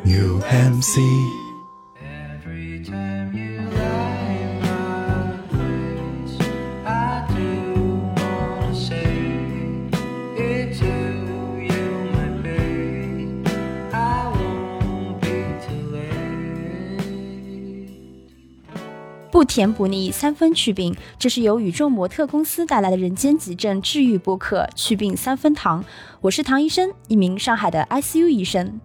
UMC Every time you lie in my place, I do wanna say it's you, my babe. I won't be too late. 不甜不腻3分祛病，这是由宇宙模特公司带来的人间急症治愈播客祛病3分堂。我是唐医生，一名上海的 ICU 医生。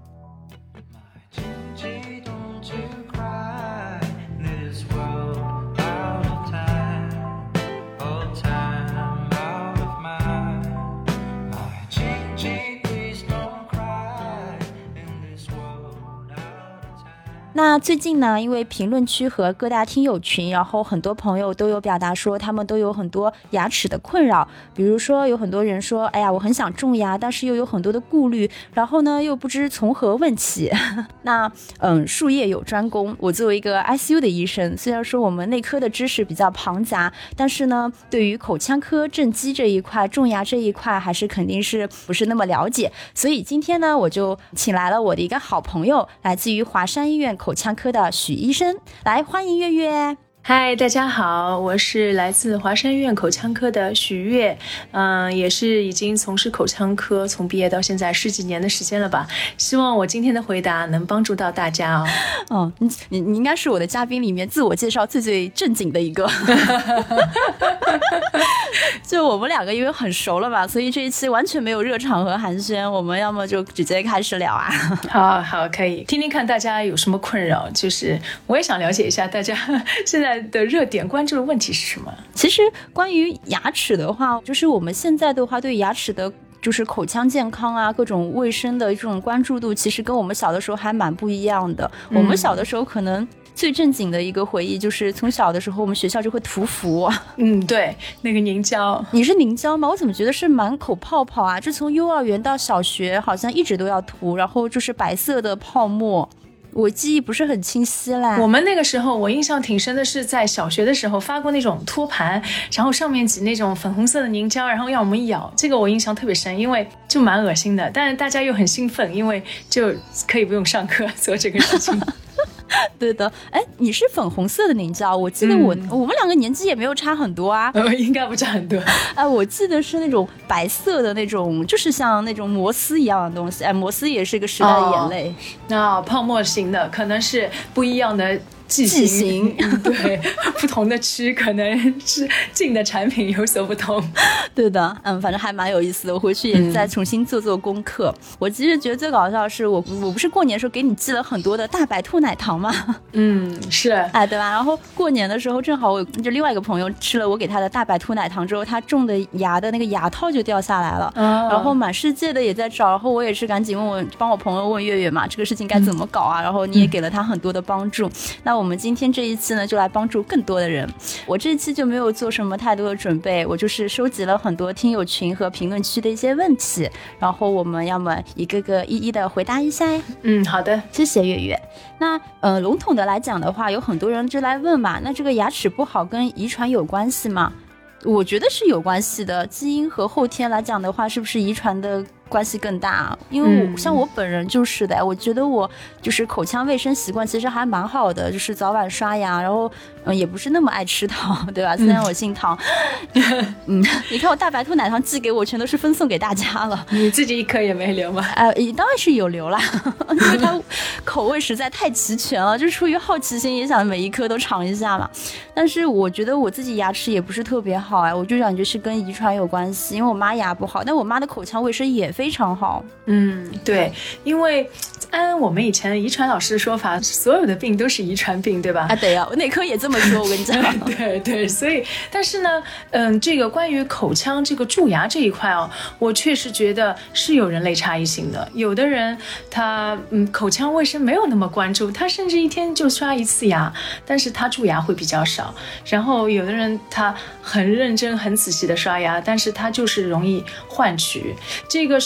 Gingy, don't you cry. This world out of time, oh time out of mind. My Gingy, please don't cry. In this world out of time. 那最近呢，因为评论区和各大听友群，然后很多朋友都有表达说他们都有很多牙齿的困扰，比如说有很多人说，哎呀，我很想种牙，但是又有很多的顾虑，然后呢又不知从何问起。那术业有专攻，我作为一个 ICU 的医生，虽然说我们内科的知识比较庞杂，但是呢对于口腔科正畸这一块，种牙这一块还是肯定是不是那么了解，所以今天呢我就请来了我的一个好朋友，来自于华山医院口腔科的许医生，来欢迎月月。 嗨，大家好，我是来自华山医院口腔科的许月，也是已经从事口腔科从毕业到现在10几年的时间了吧。希望我今天的回答能帮助到大家哦。 你应该是我的嘉宾里面自我介绍最正经的一个。就我们两个因为很熟了吧，所以这一期完全没有热场和寒暄，我们要么就直接开始聊啊。 好，可以听听看大家有什么困扰，就是我也想了解一下大家现在的热点关注的问题是什么。 其实关于牙齿的话，就是我们现在的话对牙齿的就是口腔健康啊，各种卫生的这种关注度，其实跟我们小的时候还蛮不一样的。我们小的时候可能最正经的一个回忆就是从小的时候我们学校就会涂氟。 对，那个凝胶。 你是凝胶吗？我怎么觉得是满口泡泡啊？这从幼儿园到小学好像一直都要涂，然后就是白色的泡沫。我记忆不是很清晰啦。 我们那个时候我印象挺深的是在小学的时候发过那种托盘，然后上面挤那种粉红色的凝胶，然后让我们咬，这个我印象特别深，因为就蛮恶心的，但是大家又很兴奋，因为就可以不用上课做这个事情。 对的，哎，你是粉红色的凝胶，我记得我们两个年纪也没有差很多啊， 应该不差很多。 我记得是那种白色的那种，就是像那种摩丝一样的东西，摩丝也是一个时代的眼泪。 泡沫型的，可能是不一样的剂型。对，不同的区可能是进的产品有所不同。 对的，反正还蛮有意思的，我回去也再重新做功课。我其实觉得最搞笑的是我不是过年的时候给你寄了很多的大白兔奶糖吗？ 是， 对吧？然后过年的时候正好我就另外一个朋友吃了我给他的大白兔奶糖之后，他种的牙的那个牙套就掉下来了，然后满世界的也在找，然后我也是赶紧帮我朋友问月月嘛，这个事情该怎么搞啊？然后你也给了他很多的帮助。那我们今天这一期呢，就来帮助更多的人。我这一期就没有做什么太多的准备，我就是收集了很多听友群和评论区的一些问题，然后我们要么一个个一一的回答一下。 好的， 谢谢月月。那笼统的来讲的话，有很多人就来问嘛，那这个牙齿不好跟遗传有关系吗？我觉得是有关系的，基因和后天来讲的话，是不是遗传的关系更大？因为像我本人就是的，我觉得我就是口腔卫生习惯其实还蛮好的，就是早晚刷牙，然后也不是那么爱吃糖，对吧？虽然我姓唐。你看我大白兔奶糖寄给我全都是分送给大家了， 你自己一颗也没留吗？ 当然是有留啦，因为它口味实在太齐全了，就出于好奇心也想每一颗都尝一下嘛。但是我觉得我自己牙齿也不是特别好，我就感觉是跟遗传有关系，因为我妈牙不好，但我妈的口腔卫生也非常好。 对，因为按我们以前遗传老师的说法，所有的病都是遗传病，对吧？ 对啊，我内科也这么说，我跟你讲。 对，所以但是呢，这个关于口腔这个蛀牙这一块我确实觉得是有人类差异性的。有的人他口腔卫生没有那么关注，他甚至一天就刷1次牙，但是他蛀牙会比较少。然后有的人他很认真很仔细的刷牙，但是他就是容易换龋。这个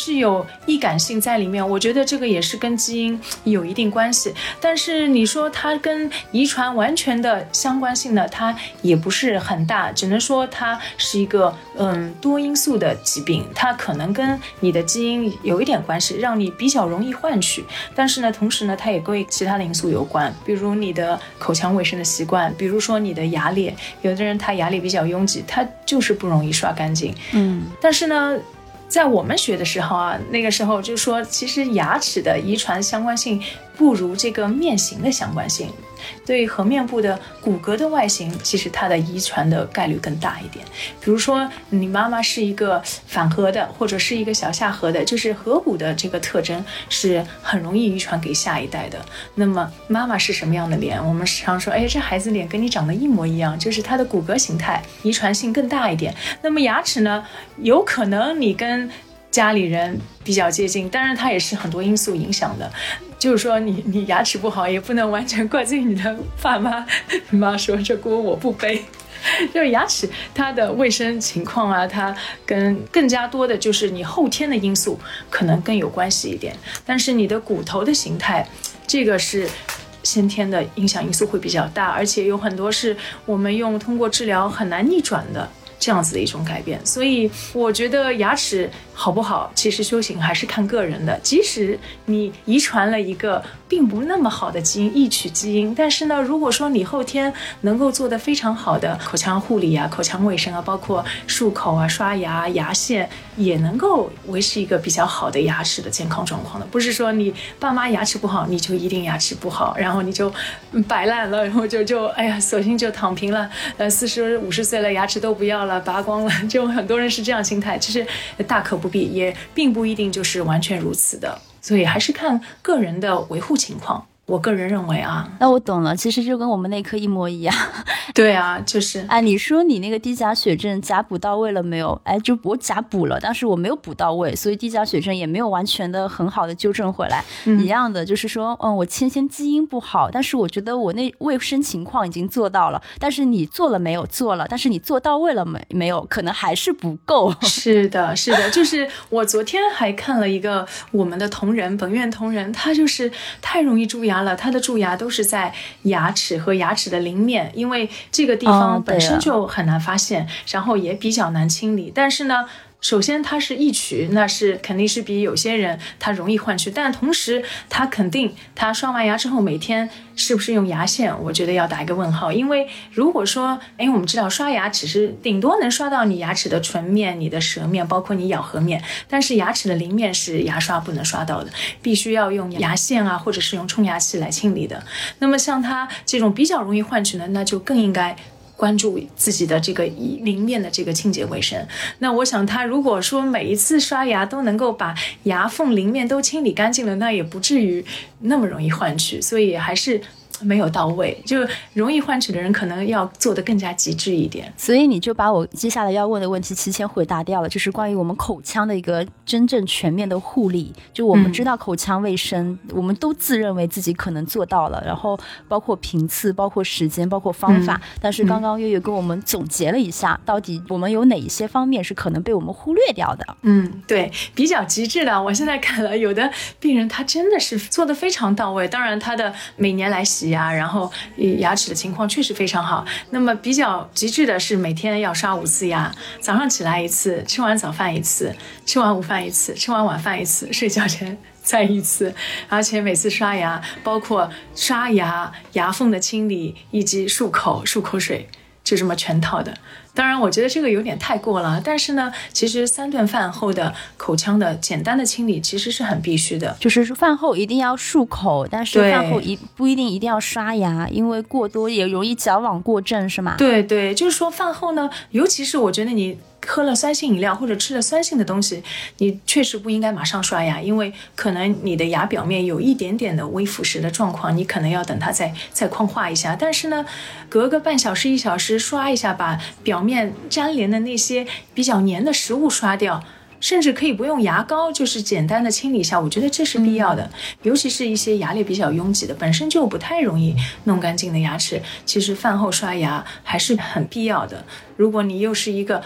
是有易感性在里面，我觉得这个也是跟基因有一定关系。但是你说它跟遗传完全的相关性呢，它也不是很大，只能说它是一个多因素的疾病，它可能跟你的基因有一点关系，让你比较容易换取。但是呢，同时呢，它也跟其他的因素有关，比如你的口腔卫生的习惯，比如说你的牙列，有的人他牙列比较拥挤，他就是不容易刷干净。但是呢，在我们学的时候啊，那个时候就说，其实牙齿的遗传相关性不如这个面型的相关性。对颌面部的骨骼的外形，其实它的遗传的概率更大一点。比如说你妈妈是一个反颌的，或者是一个小下颌的，就是颌骨的这个特征是很容易遗传给下一代的。那么妈妈是什么样的脸，我们时常说，哎，这孩子脸跟你长得一模一样，就是他的骨骼形态遗传性更大一点。那么牙齿呢，有可能你跟家里人比较接近，当然它也是很多因素影响的。就是说你牙齿不好，也不能完全怪罪你的爸妈。你妈说这锅我不背。就是牙齿它的卫生情况啊，它跟更加多的就是你后天的因素可能更有关系一点。但是你的骨头的形态，这个是先天的影响因素会比较大，而且有很多是我们通过治疗很难逆转的这样子的一种改变。所以我觉得牙齿好不好，其实修行还是看个人的。即使你遗传了一个并不那么好的基因，异曲基因，但是呢，如果说你后天能够做得非常好的口腔护理啊、口腔卫生啊，包括漱口啊、刷牙、牙线，也能够维持一个比较好的牙齿的健康状况的。不是说你爸妈牙齿不好，你就一定牙齿不好，然后你就摆烂了，然后就哎呀，索性就躺平了。40、50岁了，牙齿都不要了，拔光了，就很多人是这样心态。其实大可不必，也并不一定就是完全如此的，所以还是看个人的维护情况。我个人认为啊， 那我懂了，其实就跟我们内科一模一样。 对啊，就是你说你那个低钾血症钾补到位了没有？就我钾补了，但是我没有补到位，所以低钾血症也没有完全的很好的纠正回来。一样的，就是说，我先基因不好，但是我觉得我那卫生情况已经做到了，但是你做了没有？做了，但是你做到位了没有？可能还是不够。 是的，是的，就是我昨天还看了一个我们的同仁，本院同仁，他就是太容易蛀牙了，他的蛀牙都是在牙齿和牙齿的邻面，因为这个地方本身就很难发现，然后也比较难清理。但是呢，首先它是易取，那是肯定是比有些人他容易换取，但同时他肯定他刷完牙之后每天是不是用牙线，我觉得要打一个问号。因为如果说我们知道刷牙只是顶多能刷到你牙齿的唇面、你的舌面，包括你咬合面，但是牙齿的邻面是牙刷不能刷到的，必须要用牙线啊，或者是用冲牙器来清理的。那么像他这种比较容易换取的，那就更应该关注自己的这个邻面的这个清洁卫生。那我想他如果说每一次刷牙都能够把牙缝邻面都清理干净了，那也不至于那么容易换取，所以还是没有到位，就容易换取的人可能要做得更加极致一点。 所以你就把我接下来要问的问题提前回答掉了，就是关于我们口腔的一个真正全面的护理。就我们知道口腔卫生，我们都自认为自己可能做到了，然后包括频次、包括时间、包括方法，但是刚刚月月跟我们总结了一下，到底我们有哪一些方面是可能被我们忽略掉的。 对，比较极致的，我现在看了有的病人他真的是做得非常到位，当然他的每年来洗牙，然后牙齿的情况确实非常好。那么比较极致的是每天要刷5次牙，早上起来1次，吃完早饭1次，吃完午饭1次，吃完晚饭1次，睡觉前再1次，而且每次刷牙包括刷牙、牙缝的清理以及漱口水，就这么全套的。当然我觉得这个有点太过了，但是呢其实3顿饭后的口腔的简单的清理其实是很必须的。 就是饭后一定要漱口，但是饭后不一定要刷牙，因为过多也容易矫枉过正，是吗？ 对，就是说饭后呢，尤其是我觉得你喝了酸性饮料或者吃了酸性的东西，你确实不应该马上刷牙，因为可能你的牙表面有一点点的微腐蚀的状况，你可能要等它再矿化一下。但是呢，隔个半小时1小时刷一下，把表面粘连的那些比较黏的食物刷掉，甚至可以不用牙膏，就是简单的清理一下，我觉得这是必要的。尤其是一些牙列比较拥挤的，本身就不太容易弄干净的牙齿，其实饭后刷牙还是很必要的。如果你又是一个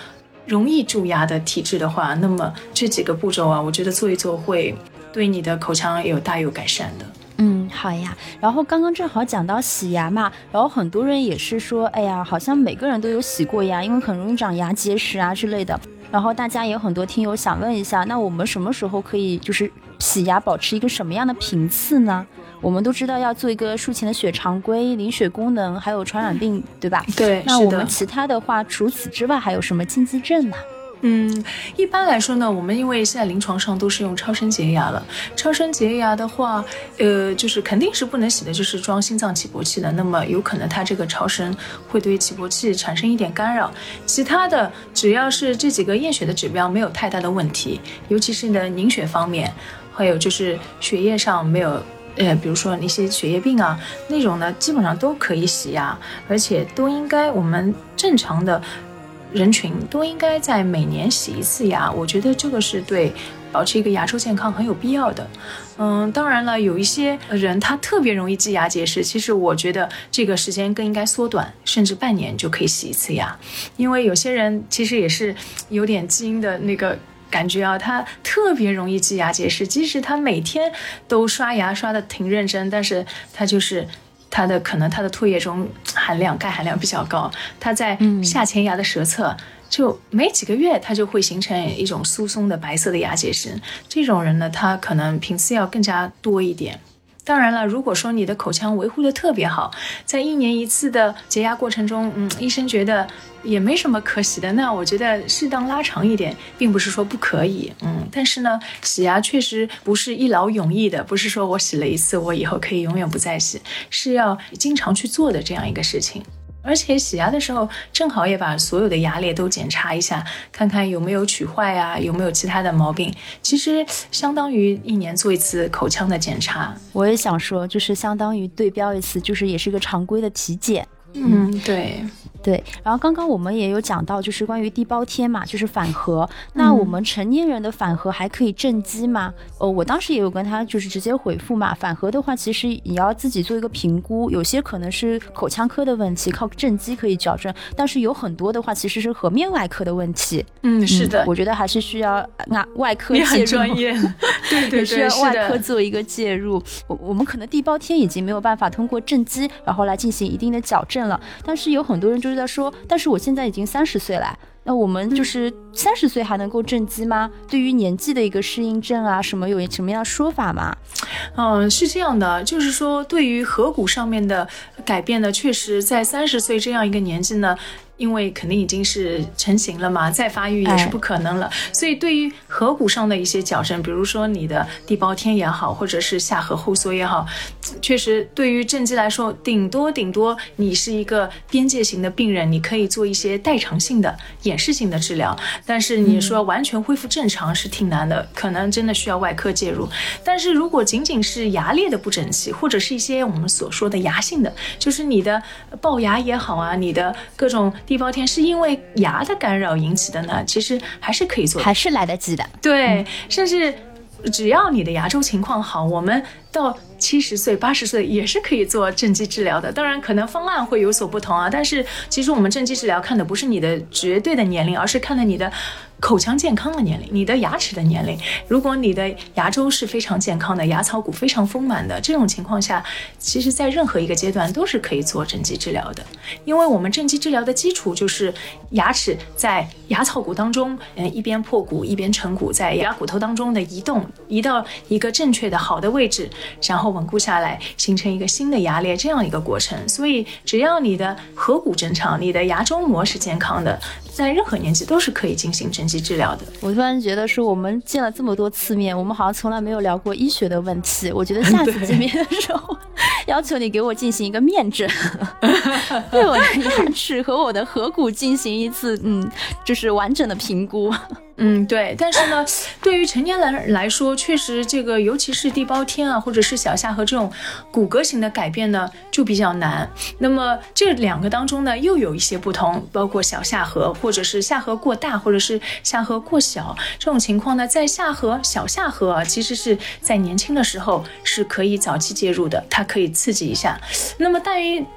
容易蛀牙的体质的话，那么这几个步骤啊，我觉得做一做会对你的口腔大有改善的。 好呀。然后刚刚正好讲到洗牙嘛，然后很多人也是说，哎呀，好像每个人都有洗过牙，因为很容易长牙结石啊之类的。然后大家也有很多听友想问一下，那我们什么时候可以就是洗牙保持一个什么样的频次呢？我们都知道要做一个术前的血常规、凝血功能，还有传染病，对吧？ 对， 那我们其他的话，除此之外还有什么禁忌症呢？ 一般来说呢，我们因为现在临床上都是用超声洁牙了。超声洁牙的话，就是肯定是不能洗的，就是装心脏起搏器的。那么有可能它这个超声会对起搏器产生一点干扰。其他的，只要是这几个验血的指标没有太大的问题，尤其是呢凝血方面，还有就是血液上没有。比如说一些血液病啊，那种呢基本上都可以洗牙，而且都应该我们正常的人群都应该在每年洗一次牙，我觉得这个是对保持一个牙周健康很有必要的。当然了，有一些人他特别容易积牙结石，其实我觉得这个时间更应该缩短，甚至半年就可以洗一次牙，因为有些人其实也是有点基因的那个感觉啊，他特别容易积牙结石，即使他每天都刷牙刷得挺认真，但是他就是可能他的唾液中钙含量比较高，他在下前牙的舌侧就没几个月，它就会形成一种疏松的白色的牙结石。这种人呢，他可能频次要更加多一点。当然了，如果说你的口腔维护的特别好，在1年1次的洁牙过程中，医生觉得也没什么可洗的，那我觉得适当拉长一点，并不是说不可以。但是呢，洗牙确实不是一劳永逸的，不是说我洗了一次，我以后可以永远不再洗，是要经常去做的这样一个事情。而且洗牙的时候，正好也把所有的牙列都检查一下，看看有没有龋坏啊，有没有其他的毛病。其实相当于1年做一次口腔的检查。 我也想说，就是相当于对标一次，就是也是个常规的体检。对，然后刚刚我们也有讲到，就是关于地包天嘛，就是反颌。那我们成年人的反颌还可以正畸吗？我当时也有跟他就是直接回复嘛，反颌的话，其实也要自己做一个评估，有些可能是口腔科的问题，靠正畸可以矫正，但是有很多的话其实是颌面外科的问题。 是的， 我觉得还是需要外科介入， 你很专业，对， 需要外科做一个介入。我们可能地包天已经没有办法通过正畸然后来进行一定的矫正了，但是有很多人就是在说，但是我现在已经30岁了，那我们就是30岁还能够正畸吗？对于年纪的一个适应症啊，有什么样的说法吗？ 是这样的，就是说对于颌骨上面的改变呢，确实在30岁这样一个年纪呢，因为肯定已经是成型了嘛，再发育也是不可能了，所以对于颌骨上的一些矫正，比如说你的地包天也好，或者是下颌后缩也好，确实对于正畸来说，顶多你是一个边界型的病人，你可以做一些代偿性的掩饰性的治疗，但是你说完全恢复正常是挺难的，可能真的需要外科介入。但是如果仅仅是牙列的不整齐，或者是一些我们所说的牙性的，就是你的龅牙也好啊，你的各种地包天是因为牙的干扰引起的呢，其实还是可以做的， 还是来得及的。 对，甚至只要你的牙周情况好，我们到70岁、80岁也是可以做正畸治疗的。当然，可能方案会有所不同啊，但是其实我们正畸治疗看的不是你的绝对的年龄，而是看的你的口腔健康的年龄，你的牙齿的年龄。如果你的牙周是非常健康的，牙槽骨非常丰满的，这种情况下，其实在任何一个阶段都是可以做正畸治疗的。因为我们正畸治疗的基础就是牙齿在牙槽骨当中，一边破骨一边成骨，在牙骨头当中的移动，移到一个正确的好的位置，然后稳固下来，形成一个新的牙列，这样一个过程。所以只要你的颌骨正常，你的牙周膜是健康的，在任何年纪都是可以进行正畸治疗的。 我突然觉得说，我们见了这么多次面，我们好像从来没有聊过医学的问题。我觉得下次见面的时候要求你给我进行一个面诊对我的牙齿和我的颌骨进行一次就是完整的评估。 对，但是呢，对于成年人来说，确实这个尤其是地包天啊，或者是小下颌这种骨骼型的改变呢，就比较难。那么这2个当中呢，又有一些不同，包括小下颌，或者是下颌过大，或者是下颌过小，这种情况呢，在小下颌啊，其实是在年轻的时候是可以早期介入的，它可以刺激一下。那么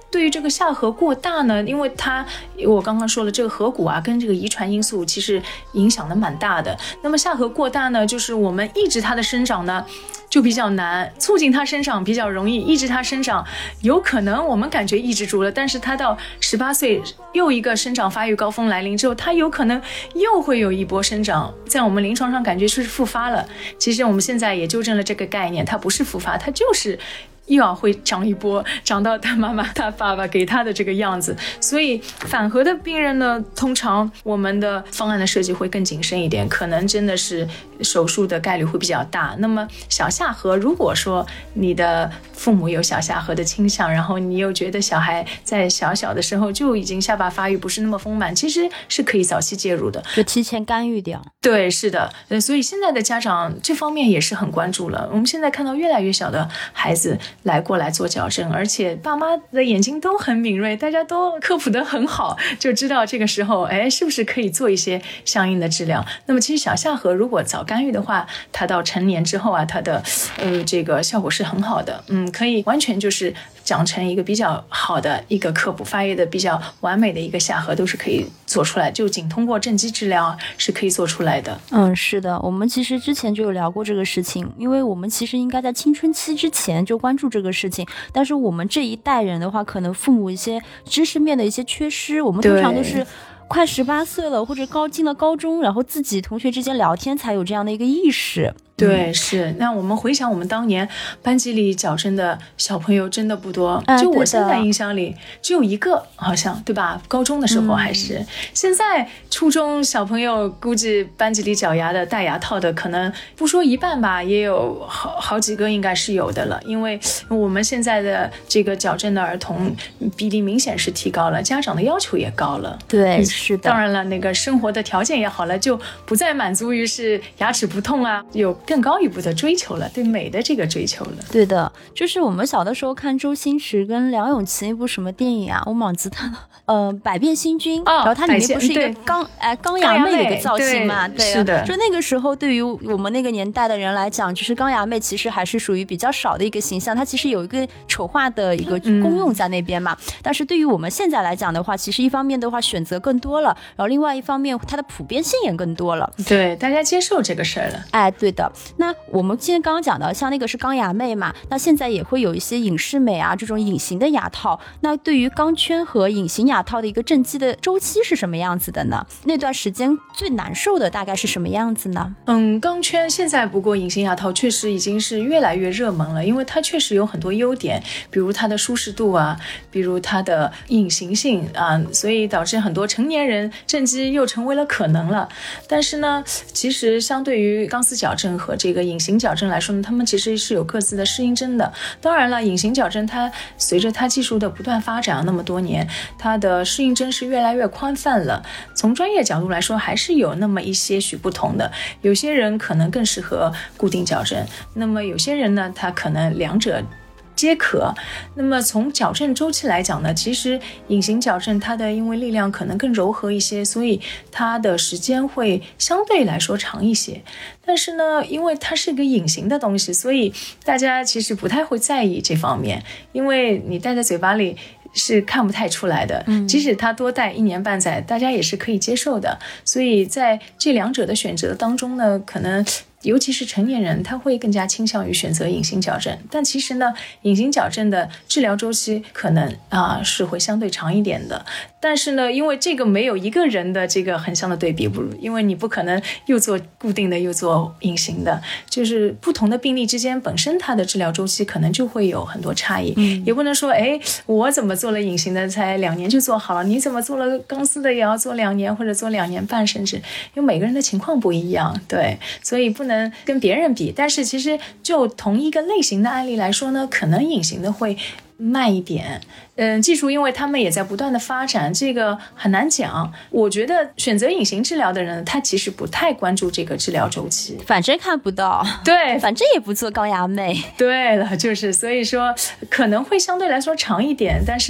对于这个下颌过大呢，因为我刚刚说了，这个颌骨啊跟这个遗传因素其实影响的蛮大的。那么下颌过大呢，就是我们抑制它的生长呢就比较难，促进它生长比较容易，抑制它生长有可能我们感觉抑制住了，但是它到18岁又一个生长发育高峰来临之后，它有可能又会有一波生长，在我们临床上感觉是复发了。其实我们现在也纠正了这个概念，它不是复发，它就是又要会长一波，长到他妈妈他爸爸给他的这个样子。所以反颌的病人呢，通常我们的方案的设计会更谨慎一点，可能真的是手术的概率会比较大。那么小下颌，如果说你的父母有小下颌的倾向，然后你又觉得小孩在小小的时候就已经下巴发育不是那么丰满，其实是可以早期介入的， 就提前干预掉。 对，是的，所以现在的家长这方面也是很关注了。我们现在看到越来越小的孩子过来做矫正，而且爸妈的眼睛都很敏锐，大家都科普得很好，就知道这个时候是不是可以做一些相应的治疗。那么其实小下颌如果早干预的话，它到成年之后啊，它的这个效果是很好的，可以完全就是长成一个比较好的一个颌部发育的比较完美的一个下颌，都是可以做出来，就仅通过正畸治疗是可以做出来的。 是的，我们其实之前就有聊过这个事情，因为我们其实应该在青春期之前就关注这个事情，但是我们这一代人的话，可能父母一些知识面的一些缺失，我们通常都是快18岁了，或者进了高中，然后自己同学之间聊天才有这样的一个意识。 对，是。那我们回想我们当年班级里矫正的小朋友真的不多，就我现在印象里只有一个，好像对吧？高中的时候还是，现在初中小朋友估计班级里矫牙的戴牙套的可能不说一半吧，也有好几个应该是有的了。因为我们现在的这个矫正的儿童比例明显是提高了，家长的要求也高了。 对，是的。 当然了，那个生活的条件也好了，就不再满足于是牙齿不痛啊，有更高一步的追求了，对美的这个追求了。 对的，就是我们小的时候看周星驰跟梁咏琪那部什么电影啊，我忘记他了，百变星君，然后它里面不是一个钢牙妹的一个造型嘛？对， 是的。 就那个时候对于我们那个年代的人来讲，就是钢牙妹其实还是属于比较少的一个形象，它其实有一个丑化的一个功用在那边嘛。但是对于我们现在来讲的话，其实一方面的话选择更多了，然后另外一方面它的普遍性也更多了。 对，大家接受这个事儿了。 对的。那我们今天刚刚讲的像那个是钢牙妹嘛，那现在也会有一些隐适美啊这种隐形的牙套，那对于钢圈和隐形牙套的一个正畸的周期是什么样子的呢？那段时间最难受的大概是什么样子呢？ 钢圈现在不过隐形牙套确实已经是越来越热门了，因为它确实有很多优点，比如它的舒适度啊，比如它的隐形性啊，所以导致很多成年人正畸又成为了可能了。但是呢，其实相对于钢丝矫正和这个隐形矫正来说呢，他们其实是有各自的适应症的。当然了，隐形矫正它随着它技术的不断发展那么多年，它的适应症是越来越宽泛了。从专业角度来说，还是有那么一些许不同的。有些人可能更适合固定矫正，那么有些人呢，他可能两者皆可。那么从矫正周期来讲呢，其实隐形矫正它的因为力量可能更柔和一些，所以它的时间会相对来说长一些。但是呢，因为它是个隐形的东西，所以大家其实不太会在意这方面，因为你戴在嘴巴里是看不太出来的，即使它多戴1年半载，大家也是可以接受的。所以在这两者的选择当中呢，可能尤其是成年人，他会更加倾向于选择隐形矫正。但其实呢，隐形矫正的治疗周期可能是会相对长一点的。但是呢，因为这个没有一个人的这个横向的对比，因为你不可能又做固定的又做隐形的，就是不同的病例之间本身它的治疗周期可能就会有很多差异。也不能说我怎么做了隐形的才2年就做好了，你怎么做了钢丝的也要做2年或者做2年半，甚至因为每个人的情况不一样，对，所以不能跟别人比。但是其实就同一个类型的案例来说呢，可能隐形的会慢一点。技术因为他们也在不断的发展，这个很难讲。我觉得选择隐形治疗的人，他其实不太关注这个治疗周期， 反正看不到， 对， 反正也不做钢牙妹。 对了，就是所以说可能会相对来说长一点，但是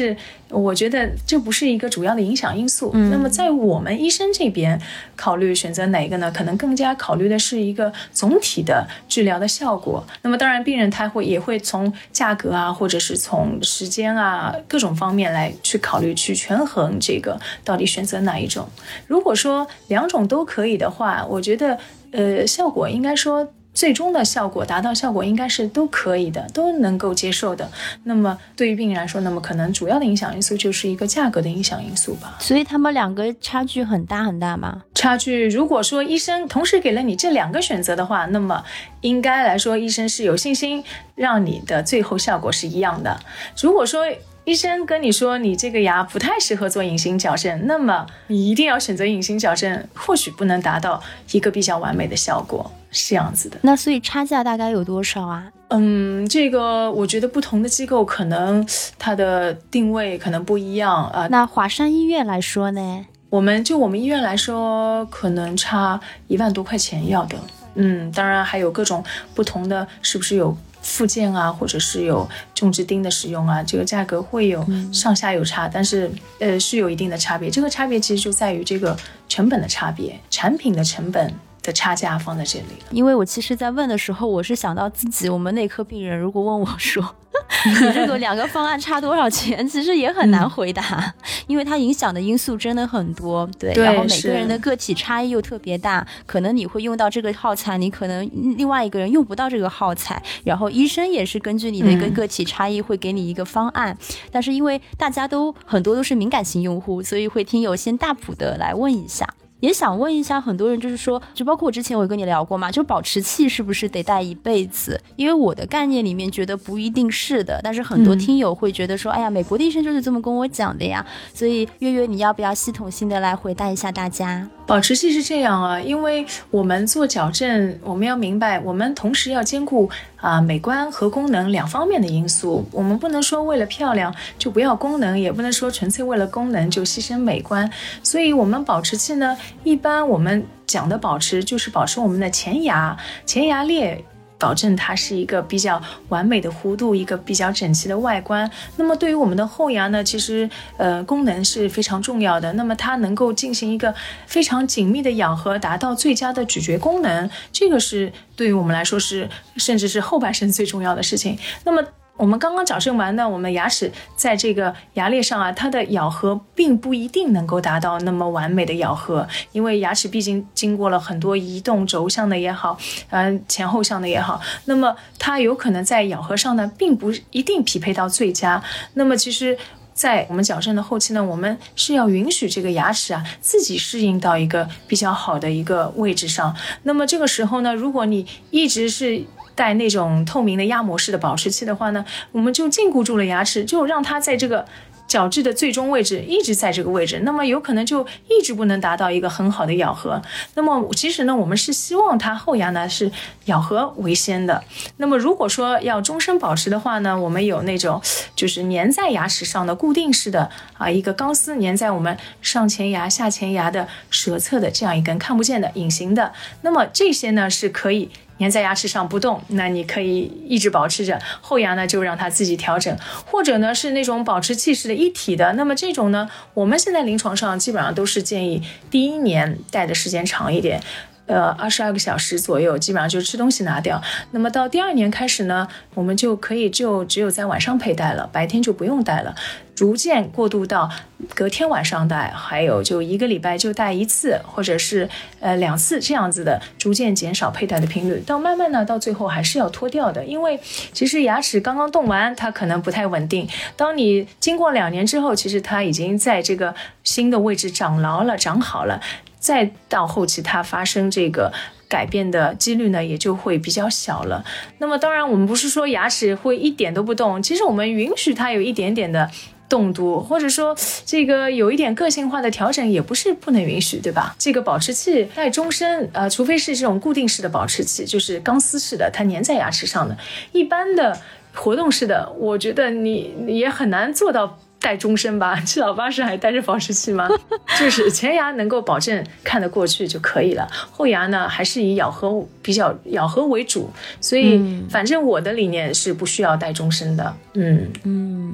我觉得这不是一个主要的影响因素。那么在我们医生这边考虑选择哪个呢？可能更加考虑的是一个总体的治疗的效果。那么当然病人他也会从价格啊，或者是从时间啊各种方面来去考虑，去权衡这个到底选择哪一种。如果说两种都可以的话，我觉得效果应该说最终的效果达到效果应该是都可以的，都能够接受的。那么对于病人来说，那么可能主要的影响因素就是一个价格的影响因素吧。 所以他们两个差距很大很大吗？ 差距，如果说医生同时给了你这两个选择的话，那么应该来说医生是有信心让你的最后效果是一样的。如果说医生跟你说你这个牙不太适合做隐形矫正，那么你一定要选择隐形矫正，或许不能达到一个比较完美的效果，是这样子的。 那所以差价大概有多少啊？ 这个我觉得不同的机构可能它的定位可能不一样啊。 那华山医院来说呢？ 我们医院来说，可能差1万多块钱要的。当然还有各种不同的，是不是有附件啊，或者是有种植钉的使用啊，这个价格会有上下有差，但是是有一定的差别。这个差别其实就在于这个成本的差别，产品的成本的差价放在这里了。 因为我其实在问的时候，我是想到自己，我们内科病人如果问我说你这个两个方案差多少钱，其实也很难回答，因为它影响的因素真的很多。对，然后每个人的个体差异又特别大，可能你会用到这个耗材，你可能另外一个人用不到这个耗材，然后医生也是根据你的一个个体差异会给你一个方案。但是因为大家很多都是敏感型用户，所以会听友先大谱的来问一下。也想问一下，很多人就是说，就包括我之前我跟你聊过嘛，就保持器是不是得戴一辈子？因为我的概念里面觉得不一定是的，但是很多听友会觉得说，哎呀，美国的医生就是这么跟我讲的呀。所以月月，你要不要系统性的来回答一下大家？ 保持器是这样啊，因为我们做矫正，我们要明白，我们同时要兼顾美观和功能两方面的因素。我们不能说为了漂亮就不要功能，也不能说纯粹为了功能就牺牲美观。所以我们保持器呢，一般我们讲的保持就是保持我们的前牙列，保证它是一个比较完美的弧度，一个比较整齐的外观。那么对于我们的后牙呢，其实功能是非常重要的。那么它能够进行一个非常紧密的咬合，达到最佳的咀嚼功能，这个是对于我们来说是甚至是后半生最重要的事情。那么我们刚刚矫正完呢，我们牙齿在这个牙列上啊，它的咬合并不一定能够达到那么完美的咬合，因为牙齿毕竟经过了很多移动，轴向的也好，前后向的也好，那么它有可能在咬合上呢，并不一定匹配到最佳。那么其实在我们矫正的后期呢，我们是要允许这个牙齿啊自己适应到一个比较好的一个位置上。那么这个时候呢，如果你一直是戴那种透明的压模式的保持器的话呢，我们就禁锢住了牙齿，就让它在这个矫治的最终位置一直在这个位置，那么有可能就一直不能达到一个很好的咬合。那么其实呢，我们是希望它后牙呢是咬合为先的。那么如果说要终身保持的话呢，我们有那种就是粘在牙齿上的固定式的一个钢丝粘在我们上前牙下前牙的舌侧的这样一根看不见的隐形的，那么这些呢是可以粘在牙齿上不动，那你可以一直保持着，后牙呢就让它自己调整。或者呢是那种保持器式的一体的，那么这种呢我们现在临床上基本上都是建议第一年戴的时间长一点，22个小时左右，基本上就吃东西拿掉。那么到第2年开始呢，我们就可以只有在晚上佩戴了，白天就不用戴了，逐渐过渡到隔天晚上戴，还有就1个礼拜就戴1次，或者是2次这样子的，逐渐减少佩戴的频率。到慢慢呢，到最后还是要脱掉的，因为其实牙齿刚刚动完，它可能不太稳定。当你经过2年之后，其实它已经在这个新的位置长牢了，长好了。再到后期它发生这个改变的几率呢也就会比较小了。那么当然我们不是说牙齿会一点都不动，其实我们允许它有一点点的动度，或者说这个有一点个性化的调整也不是不能允许，对吧？这个保持器戴终身除非是这种固定式的保持器，就是钢丝式的，它粘在牙齿上的。一般的活动式的，我觉得你也很难做到戴终身吧，七老八十还戴着保持器吗？就是前牙能够保证看得过去就可以了，后牙呢还是以咬合为主，所以反正我的理念是不需要戴终身的。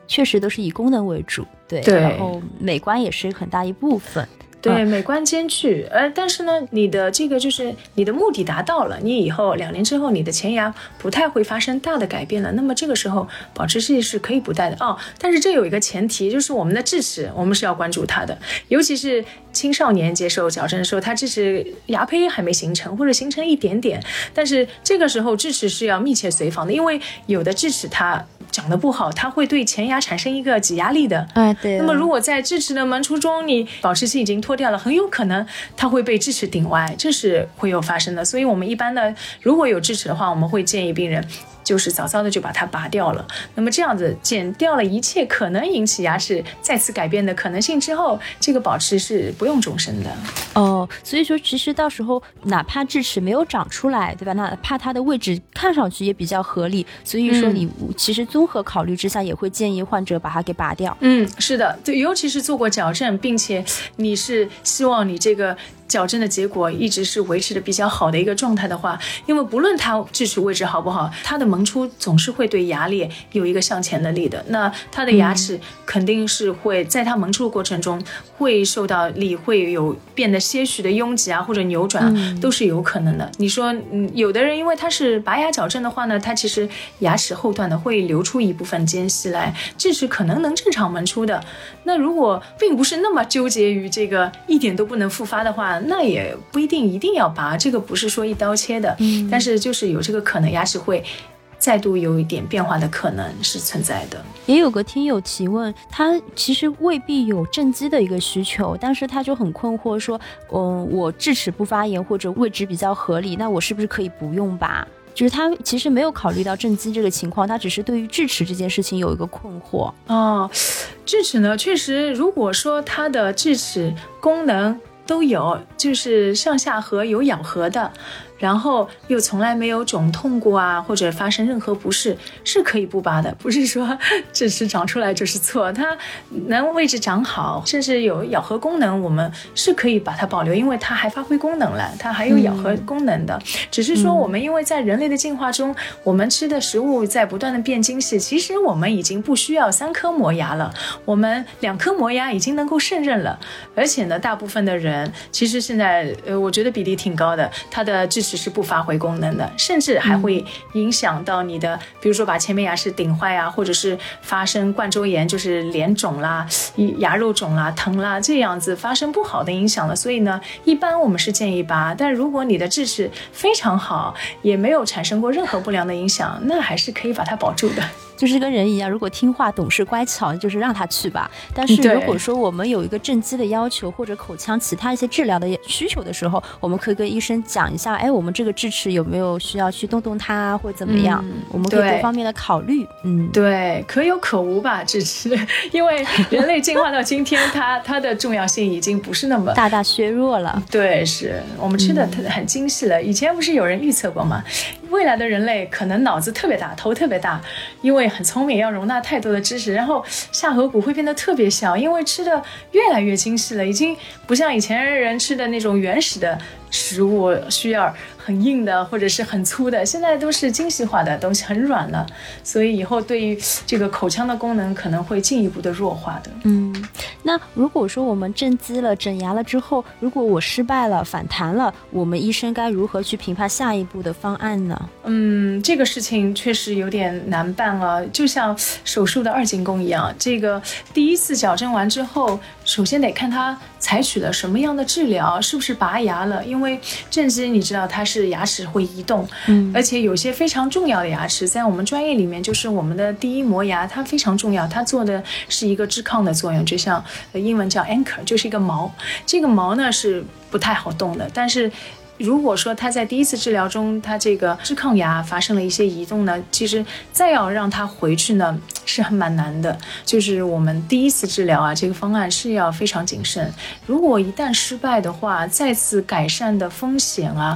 确实都是以功能为主，对，然后美观也是很大一部分。 对，美观兼具，但是呢，你的这个就是你的目的达到了，你以后2年之后，你的前牙不太会发生大的改变了，那么这个时候保持器是可以不戴的哦。但是这有一个前提，就是我们的智齿，我们是要关注它的，尤其是青少年接受矫正的时候，它智齿牙胚还没形成，或者形成一点点，但是这个时候智齿是要密切随访的，因为有的智齿它长得不好，它会对前牙产生一个挤压力的。 对。 那么如果在智齿的门出中，你保持器已经脱掉了，很有可能它会被智齿顶歪，这是会有发生的。所以我们一般的，如果有智齿的话，我们会建议病人就是早早的就把它拔掉了。那么这样子减掉了一切可能引起牙齿再次改变的可能性之后，这个保持是不用终身的。 所以说其实到时候哪怕智齿没有长出来，对吧？哪怕它的位置看上去也比较合理，所以说你其实综合考虑之下，也会建议患者把它给拔掉。 是的，对，尤其是做过矫正，并且你是希望你这个矫正的结果一直是维持的比较好的一个状态的话，因为不论它智齿位置好不好，它的萌出总是会对牙列有一个向前的力的，那它的牙齿肯定是会在它萌出的过程中会受到力，会有变得些许的拥挤啊或者扭转都是有可能的。你说有的人因为他是拔牙矫正的话呢，他其实牙齿后段的会流出一部分间隙来，智齿可能能正常萌出的。那如果并不是那么纠结于这个一点都不能复发的话，那也不一定一定要拔，这个不是说一刀切的，但是就是有这个可能，牙齿会再度有一点变化的可能是存在的。 也有个听友提问，他其实未必有正畸的一个需求，但是他就很困惑说，我智齿不发炎或者位置比较合理，那我是不是可以不用拔？就是他其实没有考虑到正畸这个情况，他只是对于智齿这件事情有一个困惑。 智齿呢，确实如果说它的智齿功能都有，就是上下颌有咬合的，然后又从来没有肿痛过啊，或者发生任何不适，是可以不拔的。不是说智齿长出来就是错，它能位置长好，甚至有咬合功能，我们是可以把它保留，因为它还发挥功能了，它还有咬合功能的。只是说我们因为在人类的进化中，我们吃的食物在不断的变精细，其实我们已经不需要3颗磨牙了，我们2颗磨牙已经能够胜任了。而且呢，大部分的人其实现在我觉得比例挺高的，它的智齿是不发挥功能的，甚至还会影响到你的，比如说把前面牙齿顶坏啊，或者是发生冠周炎，就是脸肿啦、牙肉肿啦、疼啦，这样子发生不好的影响了。所以呢，一般我们是建议拔，但如果你的智齿非常好，也没有产生过任何不良的影响，那还是可以把它保住的。 就是跟人一样，如果听话懂事乖巧，就是让他去吧。但是如果说我们有一个正畸的要求，或者口腔其他一些治疗的需求的时候，我们可以跟医生讲一下，我们这个智齿有没有需要去动动它，或者怎么样，我们可以多方面的考虑。 对，可有可无吧，智齿，因为人类进化到今天，它的重要性已经不是那么大大削弱了。 对，是我们吃的很精细了。以前不是有人预测过吗？未来的人类可能脑子特别大，头特别大，因为很聪明，要容纳太多的知识，然后下颌骨会变得特别小，因为吃的越来越精细了，已经不像以前人吃的那种原始的食物需要很硬的或者是很粗的，现在都是精细化的东西，很软了，所以以后对于这个口腔的功能可能会进一步的弱化的。 那如果说我们正畸了、整牙了之后，如果我失败了、反弹了，我们医生该如何去评判下一步的方案呢？ 这个事情确实有点难办了，就像手术的2进宫一样，这个第一次矫正完之后，首先得看他采取了什么样的治疗，是不是拔牙了，因为正畸你知道它是牙齿会移动，而且有些非常重要的牙齿在我们专业里面就是我们的第一磨牙，它非常重要，它做的是一个支抗的作用，就像英文叫 anchor， 就是一个锚，这个锚呢是不太好动的，但是如果说他在第一次治疗中，他这个支抗牙发生了一些移动呢，其实再要让他回去呢是很蛮难的。就是我们第一次治疗啊，这个方案是要非常谨慎。如果一旦失败的话，再次改善的风险啊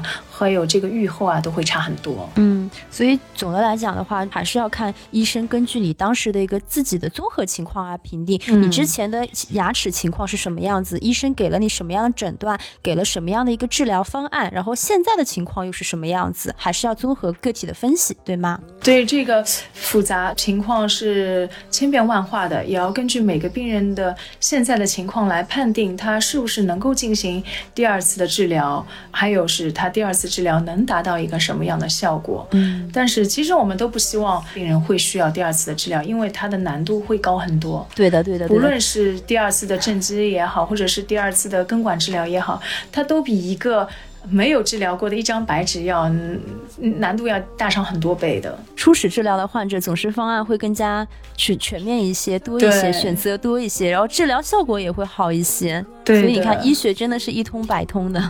还有这个愈后啊都会差很多。 所以总的来讲的话，还是要看医生根据你当时的一个自己的综合情况啊评定你之前的牙齿情况是什么样子，医生给了你什么样的诊断，给了什么样的一个治疗方案，然后现在的情况又是什么样子，还是要综合个体的分析，对吗？ 对，这个复杂情况是千变万化的，也要根据每个病人的现在的情况来判定他是不是能够进行第二次的治疗，还有是他第二次治疗能达到一个什么样的效果。但是其实我们都不希望病人会需要第二次的治疗，因为它的难度会高很多。 对的。 无论是第二次的正畸也好，或者是第二次的根管治疗也好，它都比一个没有治疗过的一张白纸要难度要大上很多倍的。 初始治疗的患者总是方案会更加全面一些，多一些，选择多一些，然后治疗效果也会好一些。 对， 所以你看医学真的是一通百通的。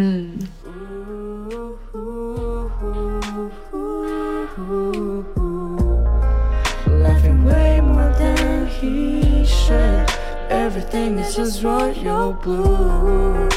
Laughing way more than he should. Everything is just royal blue.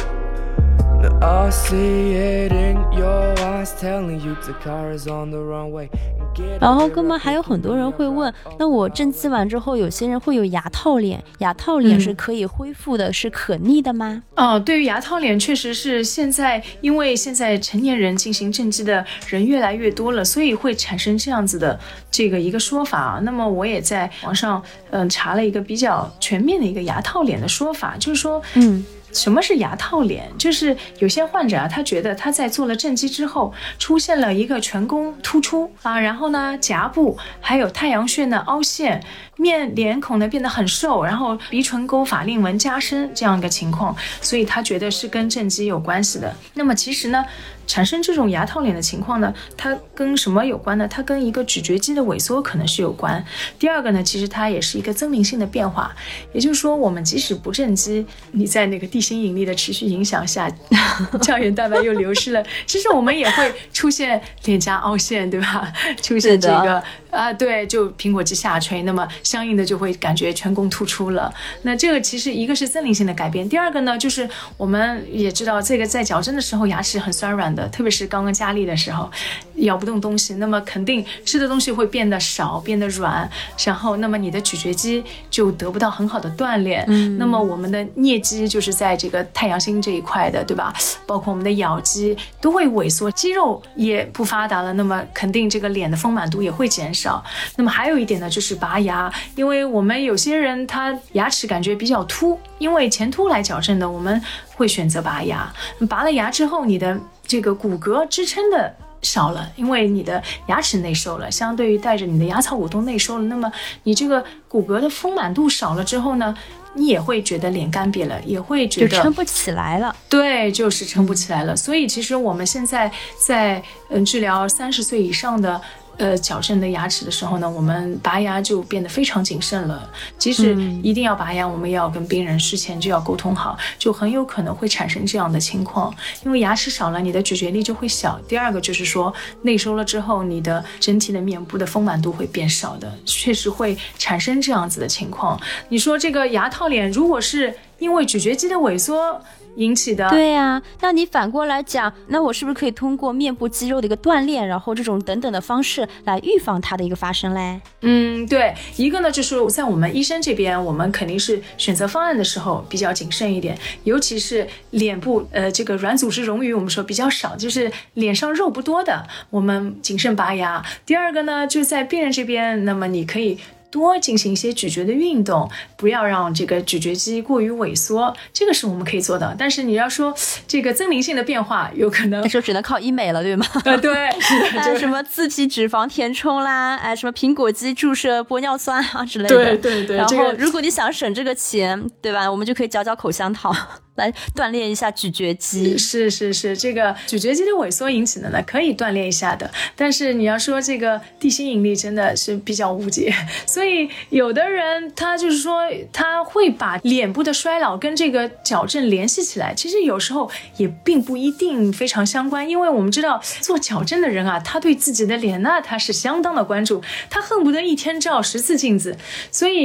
Now I see it in your eyes, telling you the car is on the wrong way. 然后哥们还有很多人会问，那我正畸完之后有些人会有牙套脸，牙套脸是可以恢复的，是可逆的吗？ 对于牙套脸确实是现在，因为现在成年人进行正畸的人越来越多了，所以会产生这样子的这个一个说法。那么我也在网上查了一个比较全面的一个牙套脸的说法，就是说什么是牙套脸？就是有些患者啊，他觉得他在做了正畸之后，出现了一个颧弓突出啊，然后呢颊部还有太阳穴呢凹陷，脸孔呢变得很瘦，然后鼻唇沟法令纹加深这样一个情况，所以他觉得是跟正畸有关系的。那么其实呢，产生这种牙套脸的情况呢，它跟什么有关呢？它跟一个咀嚼肌的萎缩可能是有关。第二个呢，其实它也是一个增龄性的变化，也就是说，我们即使不正畸，你在那个地心引力的持续影响下，胶原蛋白又流失了，其实我们也会出现脸颊凹陷，对吧？出现这个对，就苹果肌下垂，那么相应的就会感觉颧弓突出了。那这个其实一个是增龄性的改变，第二个呢，就是我们也知道，这个在矫正的时候牙齿很酸软的，特别是刚刚加力的时候，咬不动东西，那么肯定吃的东西会变得少，变得软，然后那么你的咀嚼肌就得不到很好的锻炼。那么我们的颞肌就是在这个太阳星这一块的，对吧？包括我们的咬肌都会萎缩，肌肉也不发达了，那么肯定这个脸的丰满度也会减少。那么还有一点呢，就是拔牙，因为我们有些人他牙齿感觉比较凸，因为前凸来矫正的，我们会选择拔牙。拔了牙之后，你的这个骨骼支撑的少了，因为你的牙齿内收了，相对于带着你的牙槽骨都内收了，那么你这个骨骼的丰满度少了之后呢，你也会觉得脸干瘪了，也会觉得就撑不起来了。 对，就是撑不起来了。所以其实我们现在在治疗30岁以上的矫正的牙齿的时候呢，我们拔牙就变得非常谨慎了。即使一定要拔牙，我们也要跟病人事前就要沟通好，就很有可能会产生这样的情况。因为牙齿少了，你的咀嚼力就会小。第二个就是说，内收了之后，你的整体的面部的丰满度会变少的，确实会产生这样子的情况。你说这个牙套脸，如果是因为咀嚼肌的萎缩引起的， 对呀，那你反过来讲，那我是不是可以通过面部肌肉的一个锻炼，然后这种等等的方式来预防它的一个发生嘞？ 对，一个呢就是在我们医生这边，我们肯定是选择方案的时候比较谨慎一点，尤其是脸部这个软组织冗余我们说比较少，就是脸上肉不多的，我们谨慎拔牙。第二个呢，就在病人这边，那么你可以多进行一些咀嚼的运动，不要让这个咀嚼肌过于萎缩，这个是我们可以做的。但是你要说这个增龄性的变化，有可能那就只能靠医美了，对吗？ 对，是的， 就什么自体脂肪填充啦，什么苹果肌注射玻尿酸啊之类的。 对。 然后如果你想省这个钱，对吧？我们就可以嚼口香糖来锻炼一下咀嚼肌。 是，这个咀嚼肌的萎缩引起的呢，可以锻炼一下的。但是你要说这个地心引力真的是比较误解，所以有的人他就是说他会把脸部的衰老跟这个矫正联系起来，其实有时候也并不一定非常相关。因为我们知道做矫正的人啊，他对自己的脸他是相当的关注，他恨不得一天照10次镜子，所以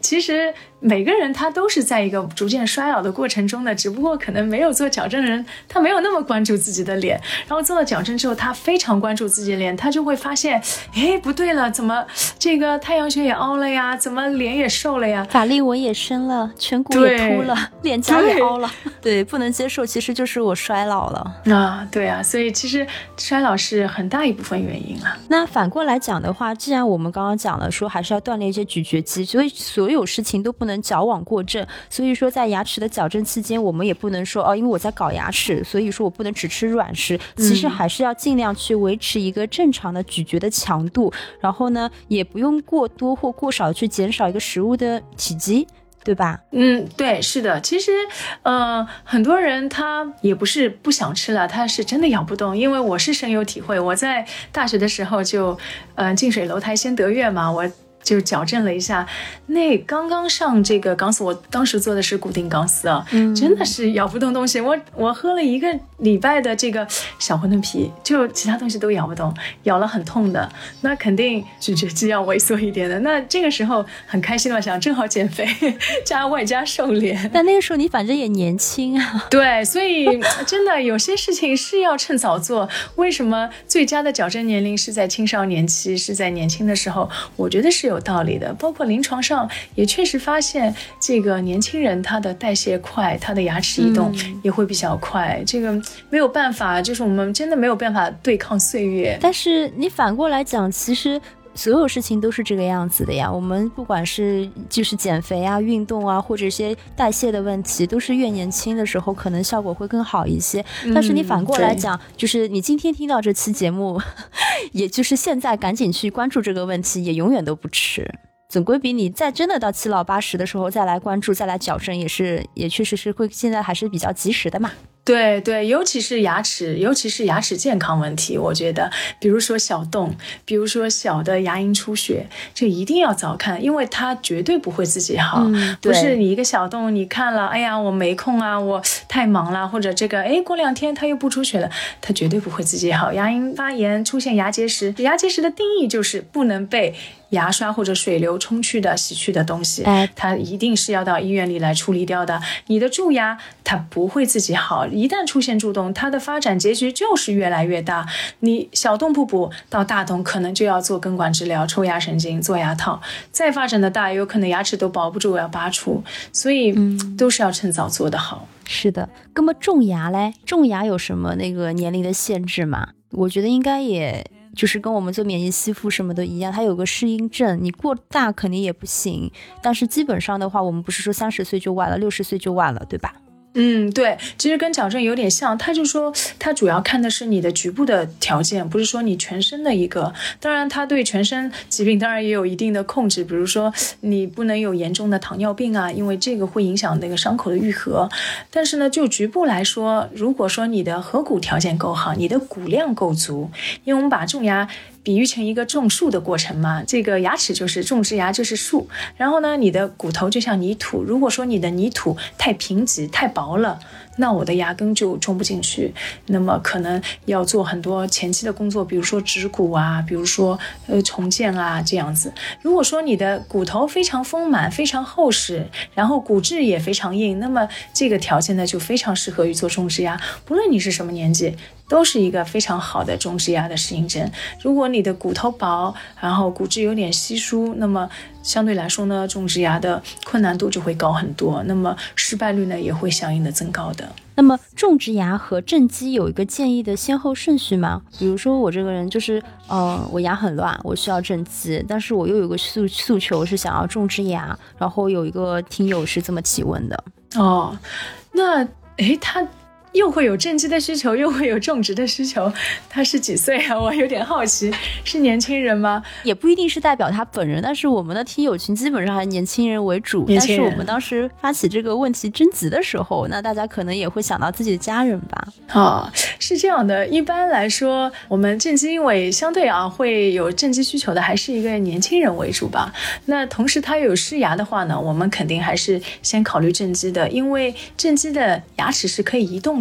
其实每个人他都是在一个逐渐衰老的过程中的，只不过可能没有做矫正人，他没有那么关注自己的脸，然后做了矫正之后，他非常关注自己的脸，他就会发现，哎，不对了，怎么这个太阳穴也凹了呀？怎么脸也瘦了呀？ 法令纹也深了，颧骨也凸了，脸颊也凹了。对，不能接受，其实就是我衰老了啊。对啊，所以其实衰老是很大一部分原因啊。 那反过来讲的话，既然我们刚刚讲了说还是要锻炼一些咀嚼肌，所以所有事情都不能矫枉过正。所以说在牙齿的矫正期间，我们也不能说因为我在搞牙齿，所以说我不能只吃软食，其实还是要尽量去维持一个正常的咀嚼的强度，然后呢也不用过多或过少去减少一个食物的体积，对吧？ 对，是的。其实很多人他也不是不想吃了，他是真的咬不动。因为我是深有体会，我在大学的时候就近水楼台先得月嘛，我就矫正了一下，那刚刚上这个钢丝，我当时做的是固定钢丝啊，真的是咬不动东西。我喝了1个礼拜的这个小馄饨皮，就其他东西都咬不动，咬了很痛的。那肯定咀嚼肌要萎缩一点的。那这个时候很开心的想，正好减肥加外加瘦脸。 但那个时候你反正也年轻啊。 对，所以真的有些事情是要趁早做。为什么最佳的矫正年龄是在青少年期，是在年轻的时候？我觉得是有道理的。包括临床上也确实发现，这个年轻人他的代谢快，他的牙齿移动也会比较快。这个没有办法，就是我们真的没有办法对抗岁月。 但是你反过来讲，其实所有事情都是这个样子的呀。我们不管是就是减肥啊、运动啊，或者一些代谢的问题，都是越年轻的时候可能效果会更好一些。但是你反过来讲，就是你今天听到这期节目，也就是现在赶紧去关注这个问题，也永远都不迟。总归比你在真的到7老80的时候再来关注、再来矫正，也确实是会现在还是比较及时的嘛。 对对，尤其是牙齿健康问题，我觉得，比如说小洞，比如说小的牙龈出血，这一定要早看，因为它绝对不会自己好。不是你一个小洞，你看了，哎呀，我没空啊，我太忙了，或者这个，哎，过2天它又不出血了，它绝对不会自己好。牙龈发炎出现牙结石，牙结石的定义就是不能被牙刷或者水流冲去的洗去的东西，它一定是要到医院里来处理掉的。你的蛀牙它不会自己好，一旦出现蛀洞，它的发展结局就是越来越大。你小洞不补，到大洞可能就要做根管治疗、抽牙神经、做牙套，再发展的大，有可能牙齿都保不住要拔除。所以都是要趁早做得好。 是的。那么种牙嘞，种牙有什么那个年龄的限制吗？我觉得应该也就是跟我们做免疫吸附什么的一样，它有个适应症，你过大肯定也不行。但是基本上的话，我们不是说30岁就晚了，60岁就晚了，对吧？ 对，其实跟矫正有点像，他就说他主要看的是你的局部的条件，不是说你全身的一个。当然他对全身疾病当然也有一定的控制，比如说你不能有严重的糖尿病啊，因为这个会影响那个伤口的愈合。但是呢，就局部来说，如果说你的颌骨条件够好，你的骨量够足，因为我们把种牙比喻成一个种树的过程嘛，这个牙齿就是种植牙就是树，然后呢，你的骨头就像泥土，如果说你的泥土太贫瘠太薄了，那我的牙根就种不进去，那么可能要做很多前期的工作，比如说植骨啊，比如说重建啊这样子。如果说你的骨头非常丰满非常厚实，然后骨质也非常硬，那么这个条件呢就非常适合于做种植牙，不论你是什么年纪，都是一个非常好的种植牙的适应症。如果你的骨头薄，然后骨质有点稀疏，那么相对来说呢，种植牙的困难度就会高很多，那么失败率呢也会相应的增高的。 那么种植牙和正畸有一个建议的先后顺序吗？比如说我这个人就是我牙很乱，我需要正畸，但是我又有个诉求是想要种植牙，然后有一个听友是这么提问的。 那他又会有正畸的需求，又会有种植的需求，他是几岁啊？我有点好奇，是年轻人吗？ 也不一定是代表他本人，但是我们的听友群基本上还年轻人为主。但是我们当时发起这个问题征集的时候，那大家可能也会想到自己的家人吧。 是这样的，一般来说我们正畸因为相对会有正畸需求的还是一个年轻人为主吧。那同时他又有失牙的话呢，我们肯定还是先考虑正畸的，因为正畸的牙齿是可以移动的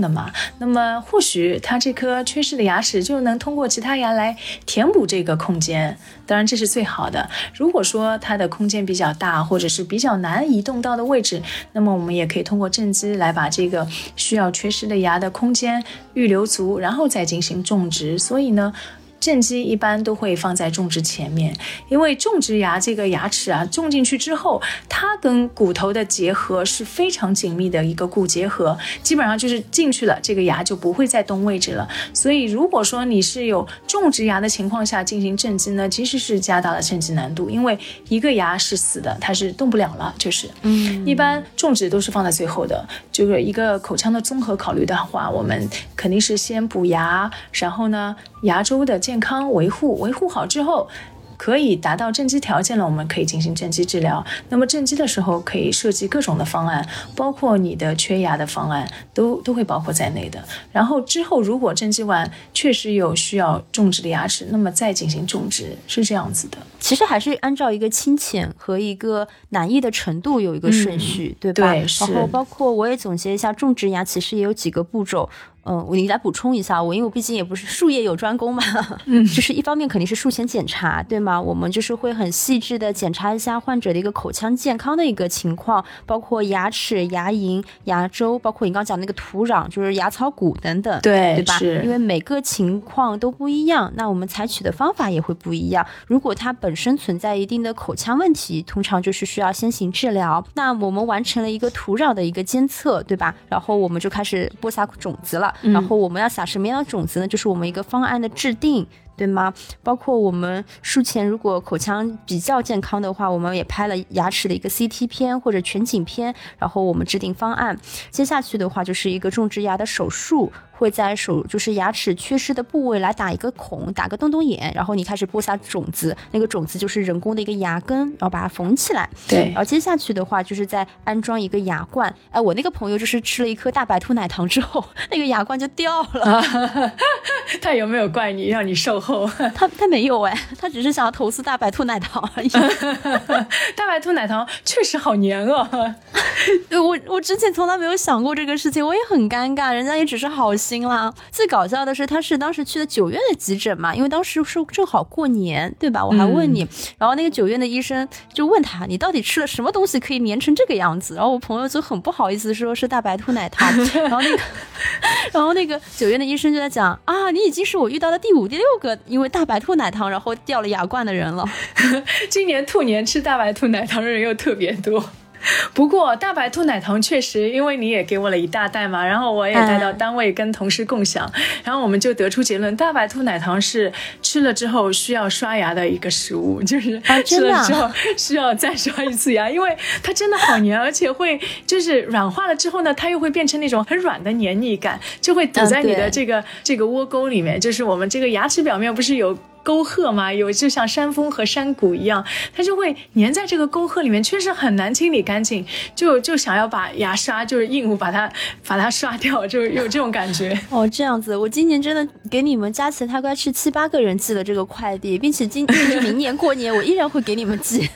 的嘛，那么或许它这颗缺失的牙齿就能通过其他牙来填补这个空间，当然这是最好的。如果说它的空间比较大，或者是比较难移动到的位置，那么我们也可以通过正畸来把这个需要缺失的牙的空间预留足，然后再进行种植。所以呢，正畸一般都会放在种植前面，因为种植牙这个牙齿啊，种进去之后，它跟骨头的结合是非常紧密的一个骨结合，基本上就是进去了，这个牙就不会再动位置了。所以如果说你是有种植牙的情况下进行正畸呢，其实是加大了正畸难度，因为一个牙是死的，它是动不了了，就是一般种植都是放在最后的。这个一个口腔的综合考虑的话，我们肯定是先补牙，然后呢牙周的健康维护好之后，可以达到正畸条件了，我们可以进行正畸治疗。那么正畸的时候可以设计各种的方案，包括你的缺牙的方案都会包括在内的。然后之后如果正畸完确实有需要种植的牙齿，那么再进行种植，是这样子的。 其实还是按照一个轻浅和一个难易的程度有一个顺序，对吧？ 对，是。 然后包括我也总结一下，种植牙其实也有几个步骤。你来补充一下因为我毕竟也不是术业有专攻嘛，就是一方面肯定是术前检查，对吗？我们就是会很细致的检查一下患者的一个口腔健康的一个情况，包括牙齿、牙龈、牙周，包括你刚讲那个土壤，就是牙槽骨等等，对吧？因为每个情况都不一样，那我们采取的方法也会不一样。如果它本身存在一定的口腔问题，通常就是需要先行治疗。那我们完成了一个土壤的一个监测，对吧？然后我们就开始播撒种子了。然后我们要撒什么样的种子呢？就是我们一个方案的制定，对吗？包括我们术前如果口腔比较健康的话，我们也拍了牙齿的一个 CT 片或者全景片，然后我们制定方案。接下去的话就是一个种植牙的手术，会在就是牙齿缺失的部位来打一个孔，打个洞眼，然后你开始播撒种子，那个种子就是人工的一个牙根，然后把它缝起来。 对， 然后接下去的话就是在安装一个牙冠。我那个朋友就是吃了一颗大白兔奶糖之后，那个牙冠就掉了。 他有没有怪你让你售后？ 他没有他只是想要投诉大白兔奶糖而已。 大白兔奶糖确实好黏哦。 我之前从来没有想过这个事情，我也很尴尬，人家也只是好心啦。最搞笑的是他是当时去的9院的急诊嘛，因为当时是正好过年，对吧？我还问你，然后那个9院的医生就问他，你到底吃了什么东西可以黏成这个样子？然后我朋友就很不好意思说是大白兔奶糖。然后那个9院的医生就在讲你已经是我遇到的第5、第6个因为大白兔奶糖然后掉了牙冠的人了。 今年兔年吃大白兔奶糖的人又特别多。不过大白兔奶糖确实，因为你也给我了一大袋嘛，然后我也带到单位跟同事共享，然后我们就得出结论，大白兔奶糖是吃了之后需要刷牙的一个食物，就是吃了之后需要再刷一次牙，因为它真的好黏，而且会就是软化了之后呢，它又会变成那种很软的黏腻感，就会堵在你的这个窝沟里面，就是我们这个牙齿表面不是有沟壑嘛，有就像山峰和山谷一样，它就会粘在这个沟壑里面，确实很难清理干净，就想要把牙刷就是硬物把它刷掉，就有这种感觉。 这样子，我今年真的给你们加起来大概是7、8个人寄了这个快递，并且明年过年我依然会给你们寄。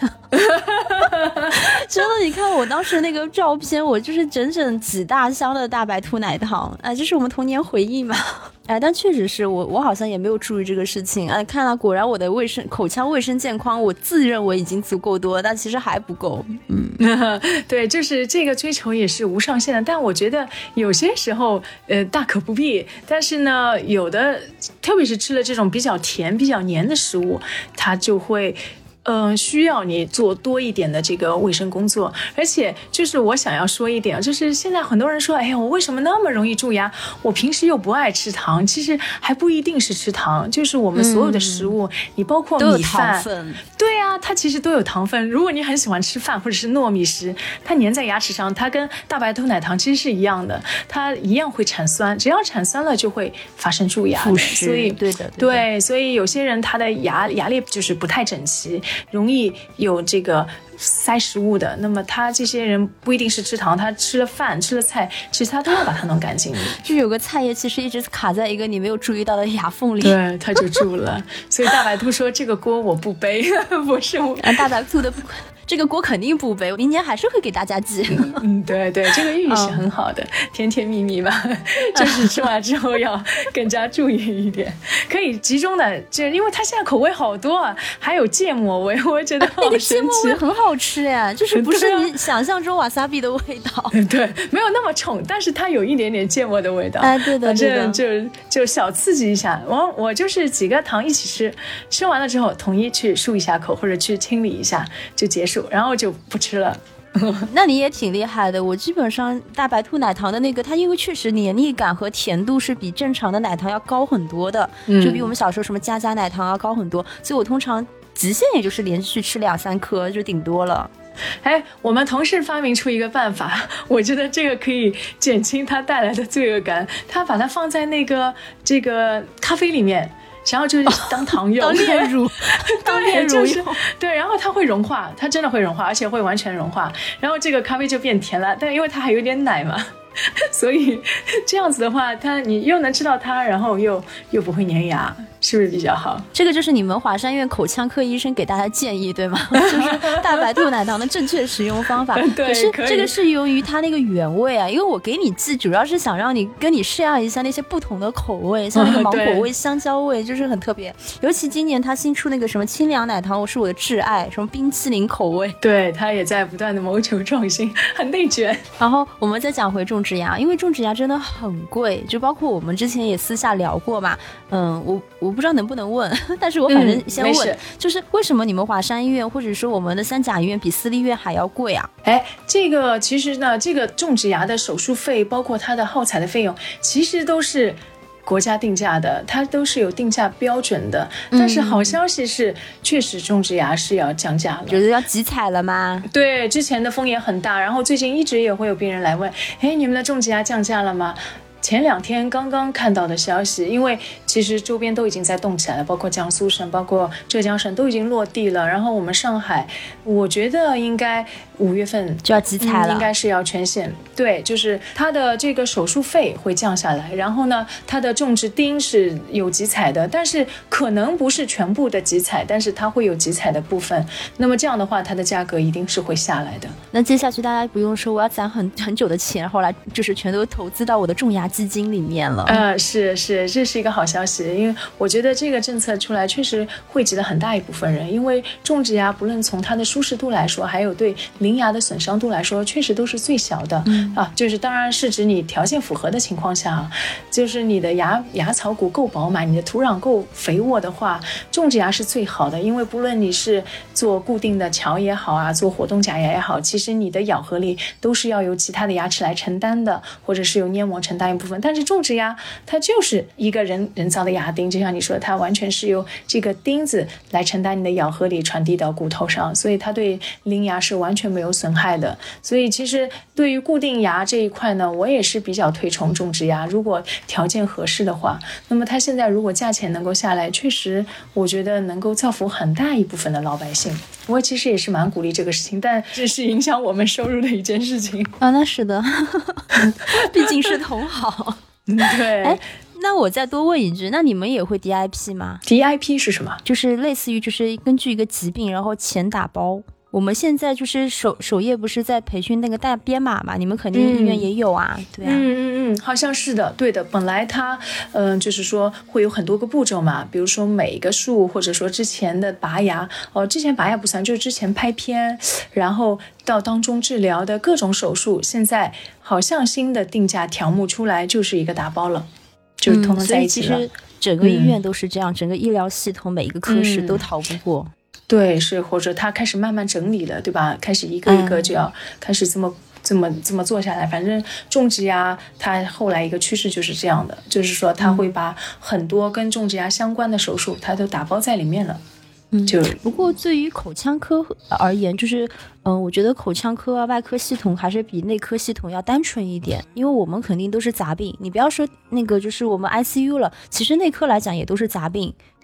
真的，你看我当时那个照片，我就是整整几大箱的大白兔奶糖，这是我们童年回忆嘛。但确实是我好像也没有注意这个事情。看了果然我的口腔卫生健康，我自认为已经足够多，但其实还不够。 对，就是这个追求也是无上限的。但我觉得有些时候，大可不必。但是呢，有的，特别是吃了这种比较甜、比较黏的食物，它就会。需要你做多一点的这个卫生工作。而且就是我想要说一点，就是现在很多人说，哎呀，我为什么那么容易蛀牙？我平时又不爱吃糖。其实还不一定是吃糖，就是我们所有的食物，你包括米饭，对啊，它其实都有糖分。如果你很喜欢吃饭或者是糯米食，它粘在牙齿上，它跟大白兔奶糖其实是一样的，它一样会产酸，只要产酸了就会发生蛀牙。所以对，所以有些人他的牙列就是不太整齐，容易有这个塞食物的，那么他这些人不一定是吃糖，他吃了饭吃了菜，其实他都要把它弄干净的。 就有个菜叶其实一直卡在一个你没有注意到的牙缝里， 对，他就蛀了。所以大白兔说这个锅我不背，不是我。 大白兔的这个锅肯定不背，明年还是会给大家寄。 对对，这个寓意是很好的，甜甜蜜蜜嘛，就是吃完之后要更加注意一点，可以集中的，因为它现在口味好多啊，还有芥末味，我觉得好那个芥神奇。 末味很好吃呀，就是不是你想象中瓦萨比的味道。 对，没有那么冲，但是它有一点点芥末的味道。 哎，对的，对的， 反正就小刺激一下。我就是几个糖一起吃，吃完了之后统一去漱一下口，或者去清理一下就结束，然后就不吃了。 那你也挺厉害的。我基本上大白兔奶糖的那个，它因为确实黏腻感和甜度是比正常的奶糖要高很多的，就比我们小时候什么佳佳奶糖要高很多，所以我通常极限也就是连续吃2-3颗就顶多了。 哎，我们同事发明出一个办法，我觉得这个可以减轻它带来的罪恶感。他把它放在这个咖啡里面，然后就当糖用， 当炼乳，当炼乳用。 对，然后它会融化，它真的会融化，而且会完全融化，然后这个咖啡就变甜了。但因为它还有点奶嘛，所以这样子的话，你又能吃到它，然后又不会粘牙，是不是比较好？ 这个就是你们华山医院口腔科医生给大家建议，对吗？就是大白兔奶糖的正确使用方法。 对， 可是这个是由于它那个原味啊，因为我给你寄主要是想让你跟你share一下那些不同的口味，像那个芒果味、香蕉味，就是很特别。尤其今年它新出那个什么清凉奶糖，我是我的挚爱，什么冰淇淋口味。 对，它也在不断的谋求创新，很内卷。 然后我们再讲回种植牙，因为种植牙真的很贵，就包括我们之前也私下聊过嘛。我不知道能不能问，但是我反正先问，就是为什么你们华山医院或者说我们的三甲医院比私立医院还要贵啊？ 哎，这个其实呢，这个种植牙的手术费，包括它的耗材的费用，其实都是国家定价的，它都是有定价标准的。但是好消息是，确实种植牙是要降价了， 就是要集采了吗？ 对，之前的风也很大，然后最近一直也会有病人来问，哎，你们的种植牙降价了吗？前2天刚刚看到的消息，因为其实周边都已经在动起来了，包括江苏省、包括浙江省都已经落地了。然后我们上海，我觉得应该5月份就要集采了， 应该是要全线。对，就是它的这个手术费会降下来，然后呢，它的种植钉是有集采的，但是可能不是全部的集采，但是它会有集采的部分。那么这样的话，它的价格一定是会下来的。 那接下去大家不用说我要攒很久的钱，后来就是全都投资到我的种牙基金里面了。 是，这是一个好消息，因为我觉得这个政策出来确实惠及了很大一部分人，因为种植牙不论从它的舒适度来说，还有对邻牙的损伤度来说，确实都是最小的。就是当然是指你条件符合的情况下，就是你的牙槽骨够饱满，你的土壤够肥沃的话，种植牙是最好的。因为不论你是做固定的桥也好啊，做活动假牙也好，其实你的咬合力都是要由其他的牙齿来承担的，或者是由黏膜承担一部分。但是种植牙它就是一个人造的牙钉，就像你说，它完全是由这个钉子来承担你的咬合力传递到骨头上，所以它对邻牙是完全没有损害的。所以其实对于固定牙这一块呢，我也是比较推崇种植牙，如果条件合适的话。那么它现在如果价钱能够下来，确实我觉得能够造福很大一部分的老百姓。我其实也是蛮鼓励这个事情，但这是影响我们收入的一件事情啊。那是的毕竟是同行对。 哎，那我再多问一句，那你们也会 DIP 吗？ DIP 是什么？ 就是类似于就是根据一个疾病然后钱打包。我们现在就是首页不是在培训那个带编码嘛，你们肯定医院也有啊。对啊， 好像是的，对的。本来它就是说会有很多个步骤嘛，比如说每个术，或者说之前的拔牙，之前拔牙不算，就是之前拍片，然后到当中治疗的各种手术，现在好像新的定价条目出来就是一个打包了，就是通通在一起了。 所以其实整个医院都是这样，整个医疗系统每一个科室都逃不过。 对，是，或者他开始慢慢整理了，对吧？开始一个一个就要开始这么做下来。反正种植牙它后来一个趋势就是这样的，就是说他会把很多跟种植牙相关的手术它都打包在里面了。 不过对于口腔科而言，就是我觉得口腔科啊外科系统还是比内科系统要单纯一点，因为我们肯定都是杂病。你不要说那个就是我们 ICU 了，其实内科来讲也都是杂病。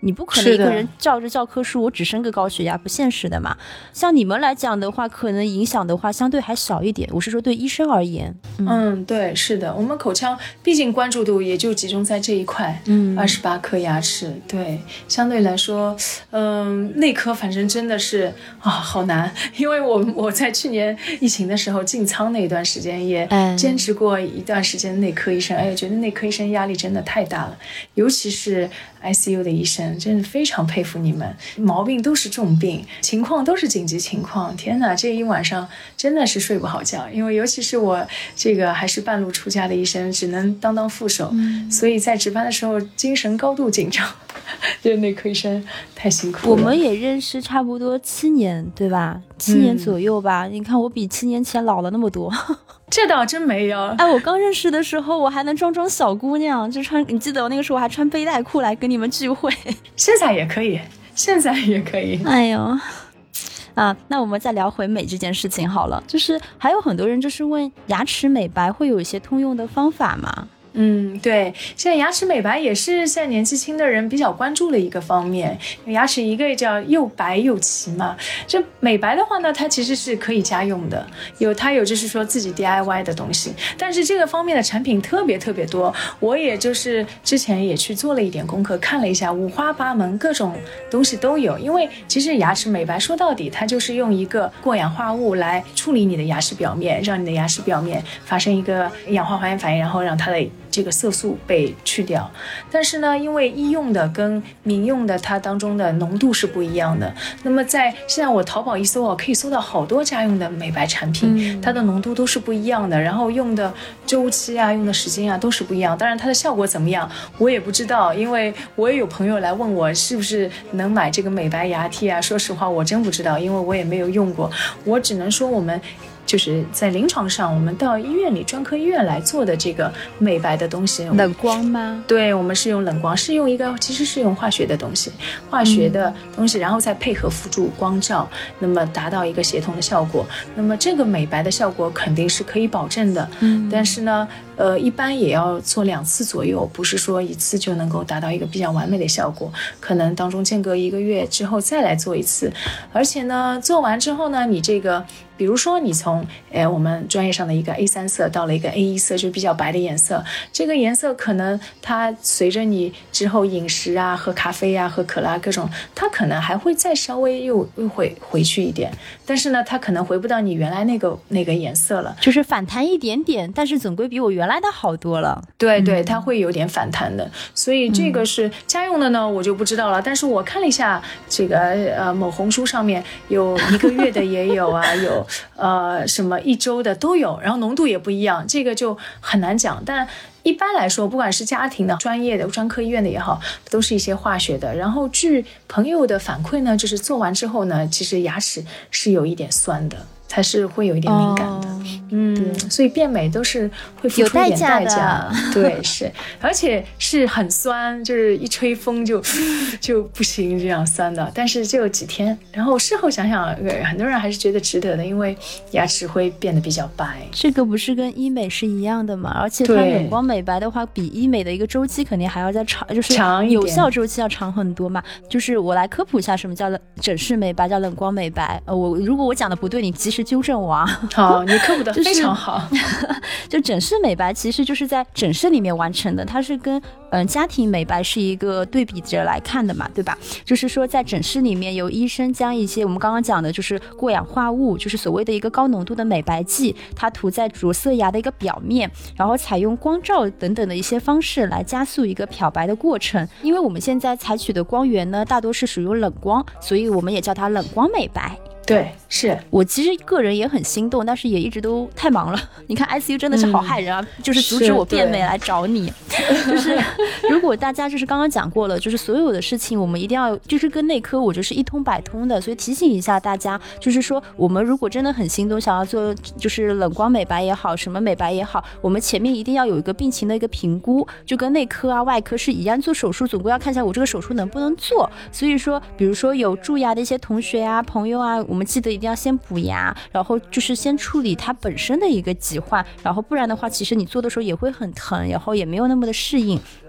你不可能一个人照着教科书我只生个高血压，不现实的嘛。像你们来讲的话，可能影响的话相对还小一点，我是说对医生而言。 对，是的，我们口腔毕竟关注度也就集中在这一块，28颗牙齿，对，相对来说内科反正真的是好难，因为我在去年疫情的时候进仓那一段时间也兼职过一段时间内科医生，哎，我觉得内科医生压力真的太大了，尤其是 ICU 的医生，真的非常佩服你们，毛病都是重病，情况都是紧急情况，天哪，这一晚上真的是睡不好觉，因为尤其是我这个还是半路出家的医生，只能当副手，所以在值班的时候精神高度紧张，这内科医生太辛苦了。 我们也认识差不多7年，对吧？7年左右吧。你看我比7年前老了那么多。 这倒真没有。 哎，我刚认识的时候我还能装小姑娘，就你记得我那个时候我还穿背带裤来跟你们聚会。 现在也可以，现在也可以。 哎呦。那我们再聊回美这件事情好了，就是还有很多人就是问牙齿美白会有一些通用的方法吗？ 对，现在牙齿美白也是现在年纪轻的人比较关注的一个方面。牙齿一个叫又白又齐嘛，这美白的话呢，它其实是可以家用的，它有就是说自己 DIY 的东西，但是这个方面的产品特别多。我也就是之前也去做了一点功课，看了一下，五花八门，各种东西都有。因为其实牙齿美白说到底，它就是用一个过氧化物来处理你的牙齿表面，让你的牙齿表面发生一个氧化还原反应，然后让它的这个色素被去掉。但是呢，因为医用的跟民用的它当中的浓度是不一样的，那么在现在我淘宝一搜可以搜到好多家用的美白产品，它的浓度都是不一样的，然后用的周期用的时间都是不一样。当然它的效果怎么样我也不知道，因为我也有朋友来问我是不是能买这个美白牙贴说实话我真不知道，因为我也没有用过，我只能说我们就是在临床上我们到医院里专科医院来做的这个美白的东西。 冷光吗？ 对，我们是用冷光，是用一个其实是用化学的东西，然后再配合辅助光照，那么达到一个协同的效果。那么这个美白的效果肯定是可以保证的，但是呢一般也要做2次左右，不是说1次就能够达到一个比较完美的效果，可能当中间隔1个月之后再来做1次。而且呢做完之后呢，你这个比如说你从我们专业上的一个 A3 色到了一个 A1 色，就比较白的颜色，这个颜色可能它随着你之后饮食喝咖啡喝可乐各种，它可能还会再稍微又会回去一点，但是呢它可能回不到你原来那个颜色了， 就是反弹一点点，但是总归比我原来的好多了。 对，它会有点反弹的。所以这个是家用的呢我就不知道了，但是我看了一下这个某红书上面有1个月的也有有什么1周的都有，然后浓度也不一样，这个就很难讲。但一般来说不管是家庭的专业的专科医院的也好，都是一些化学的。然后据朋友的反馈呢，就是做完之后呢，其实牙齿是有一点酸的，它是会有一点敏感的，所以变美都是会付出一点代价对，是，而且是很酸，就是一吹风就不行这样酸的，但是就几天，然后事后想想很多人还是觉得值得的，因为牙齿会变得比较白。 这个不是跟医美是一样的吗？而且它冷光美白的话比医美的一个周期肯定还要再长，就是有效周期要长很多嘛。就是我来科普一下什么叫整式美白，叫冷光美白。如果我讲的不对你及时纠正我好，你科普的非常好就整式美白其实就是在整式里面完成的，它是跟家庭美白是一个对比着来看的嘛，对吧？就是说在整式里面有医生将一些我们刚刚讲的就是过氧化物，就是所谓的一个高浓度的美白剂，它涂在着色牙的一个表面，然后采用光照等等的一些方式来加速一个漂白的过程。因为我们现在采取的光源呢大多是属于冷光，所以我们也叫它冷光美白。 对，是我其实个人也很心动，但是也一直都太忙了。你看 ICU 真的是好害人就是阻止我变美来找你。就是如果大家就是刚刚讲过了，就是所有的事情我们一定要就是跟内科我就是一通百通的，所以提醒一下大家，就是说我们如果真的很心动想要做就是冷光美白也好什么美白也好，我们前面一定要有一个病情的一个评估，就跟内科外科是一样，做手术总归要看一下我这个手术能不能做。所以说比如说有蛀牙的一些同学朋友我们记得一定要先补牙，然后就是先处理它本身的一个疾患，然后不然的话其实你做的时候也会很疼，然后也没有那么的适应。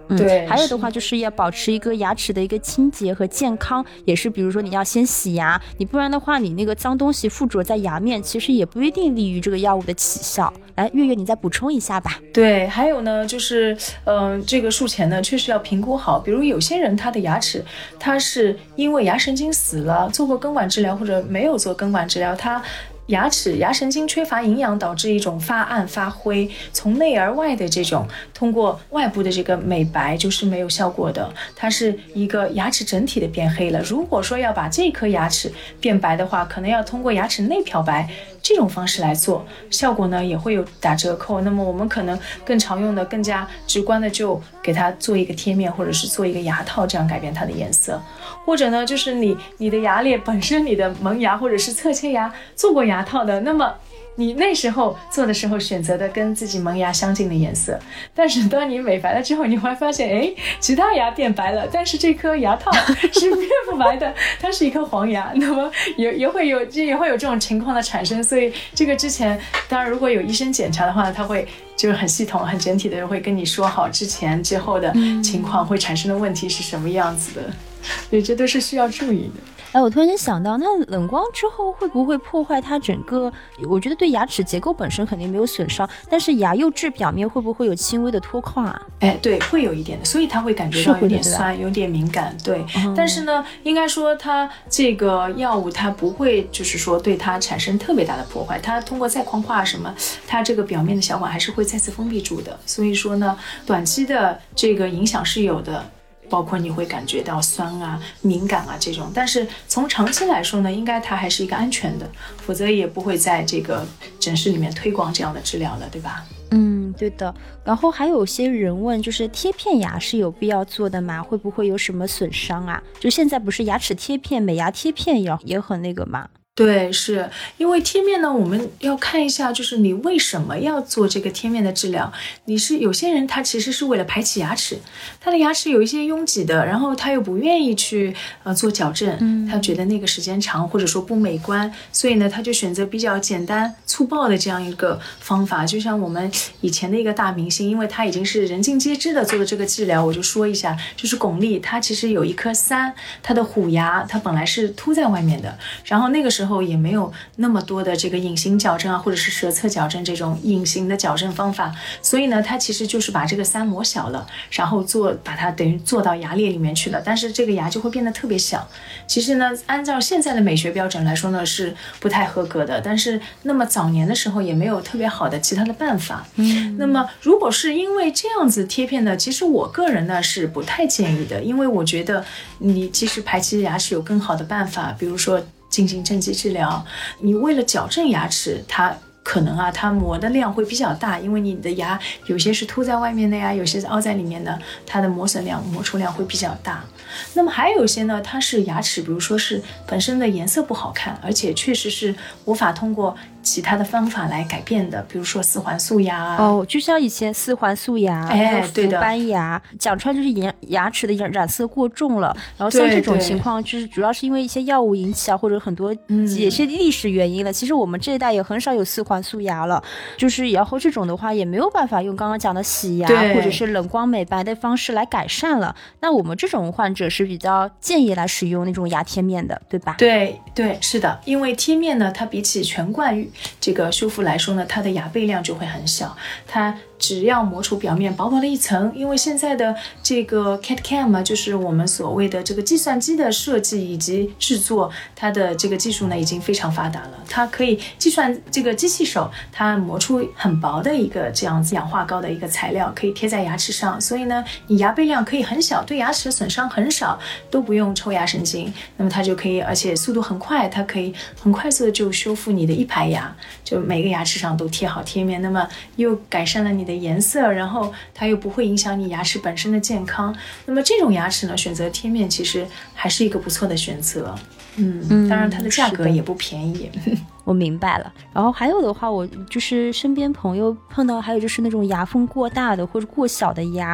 对， 还有的话就是要保持一个牙齿的一个清洁和健康，也是比如说你要先洗牙，你不然的话你那个脏东西附着在牙面，其实也不一定利于这个药物的起效。来，月月你再补充一下吧。 对，还有呢，就是这个术前呢，确实要评估好。比如有些人他的牙齿，他是因为牙神经死了，做过根管治疗或者没有做根管治疗，他牙神经缺乏营养，导致一种发暗发灰，从内而外的这种通过外部的这个美白就是没有效果的，它是一个牙齿整体的变黑了。如果说要把这颗牙齿变白的话，可能要通过牙齿内漂白这种方式来做，效果呢也会有打折扣。那么我们可能更常用的、更加直观的，就给它做一个贴面，或者是做一个牙套，这样改变它的颜色。或者呢，就是你的牙列本身你的门牙或者是侧切牙做过牙套的，那么你那时候做的时候选择的跟自己门牙相近的颜色，但是当你美白了之后，你会发现，哎，其他牙变白了，但是这颗牙套是变不白的，它是一颗黄牙。那么也会有这种情况的产生，所以这个之前，当然如果有医生检查的话，他会就是很系统、很整体的会跟你说好之前之后的情况会产生的问题是什么样子的。对，这都是需要注意的。 哎，我突然间想到，那冷光之后会不会破坏它整个？我觉得对牙齿结构本身肯定没有损伤，但是牙釉质表面会不会有轻微的脱矿啊？ 哎，对，会有一点的，所以它会感觉到有点酸，有点敏感。对，但是呢，应该说它这个药物它不会就是说对它产生特别大的破坏，它通过再矿化什么，它这个表面的小管还是会再次封闭住的。所以说呢，短期的这个影响是有的。包括你会感觉到酸啊、敏感啊这种，但是从长期来说呢，应该它还是一个安全的，否则也不会在这个诊室里面推广这样的治疗了，对吧？ 对的。然后还有些人问，就是贴片牙是有必要做的吗？会不会有什么损伤啊？就现在不是牙齿贴片、美牙贴片也很那个吗？ 对，是因为贴面呢，我们要看一下，就是你为什么要做这个贴面的治疗？你是有些人他其实是为了排起牙齿，他的牙齿有一些拥挤的，然后他又不愿意去做矫正，他觉得那个时间长或者说不美观，所以呢他就选择比较简单粗暴的这样一个方法。就像我们以前的一个大明星，因为他已经是人尽皆知的做的这个治疗，我就说一下，就是巩俐，她其实有一颗3，她的虎牙它本来是凸在外面的，然后那个时候也没有那么多的这个隐形矫正啊，或者是舌侧矫正这种隐形的矫正方法，所以呢，它其实就是把这个3磨小了，然后把它等于做到牙列里面去了，但是这个牙就会变得特别小。其实呢，按照现在的美学标准来说呢，是不太合格的，但是那么早年的时候也没有特别好的其他的办法。那么如果是因为这样子贴片呢，其实我个人呢是不太建议的，因为我觉得你其实排齐牙齿有更好的办法，比如说进行正畸治疗，你为了矫正牙齿，它可能它磨的量会比较大，因为你的牙有些是凸在外面的呀，有些是凹在里面的，它的磨除量会比较大。那么还有一些呢，它是牙齿，比如说是本身的颜色不好看，而且确实是无法通过其他的方法来改变的，比如说4环素牙就像以前4环素牙， 对的， 氟斑牙，讲出来就是牙齿的染色过重了。然后像这种情况，就是主要是因为一些药物引起或者很多也是历史原因了。其实我们这一代也很少有4环素牙了，就是然后这种的话也没有办法用刚刚讲的洗牙或者是冷光美白的方式来改善了。那我们这种患者是比较建议来使用那种牙贴面的，对吧？ 对，是的，因为贴面呢，它比起全冠这个修复来说呢，它的牙背量就会很小，它只要磨除表面薄薄的一层。因为现在的这个 CAD/CAM 就是我们所谓的这个计算机的设计以及制作，它的这个技术呢已经非常发达了，它可以计算这个机器手它磨出很薄的一个这样子氧化膏的一个材料，可以贴在牙齿上，所以呢你牙背量可以很小，对牙齿的损伤很少，都不用抽牙神经，那么它就可以，而且速度很快，它可以很快速的就修复你的一排牙，就每个牙齿上都贴好贴面，那么又改善了你的颜色，然后它又不会影响你牙齿本身的健康。那么这种牙齿呢，选择贴面其实还是一个不错的选择。当然它的价格也不便宜。 我明白了。然后还有的话，我就是身边朋友碰到，还有就是那种牙缝过大的或者过小的牙，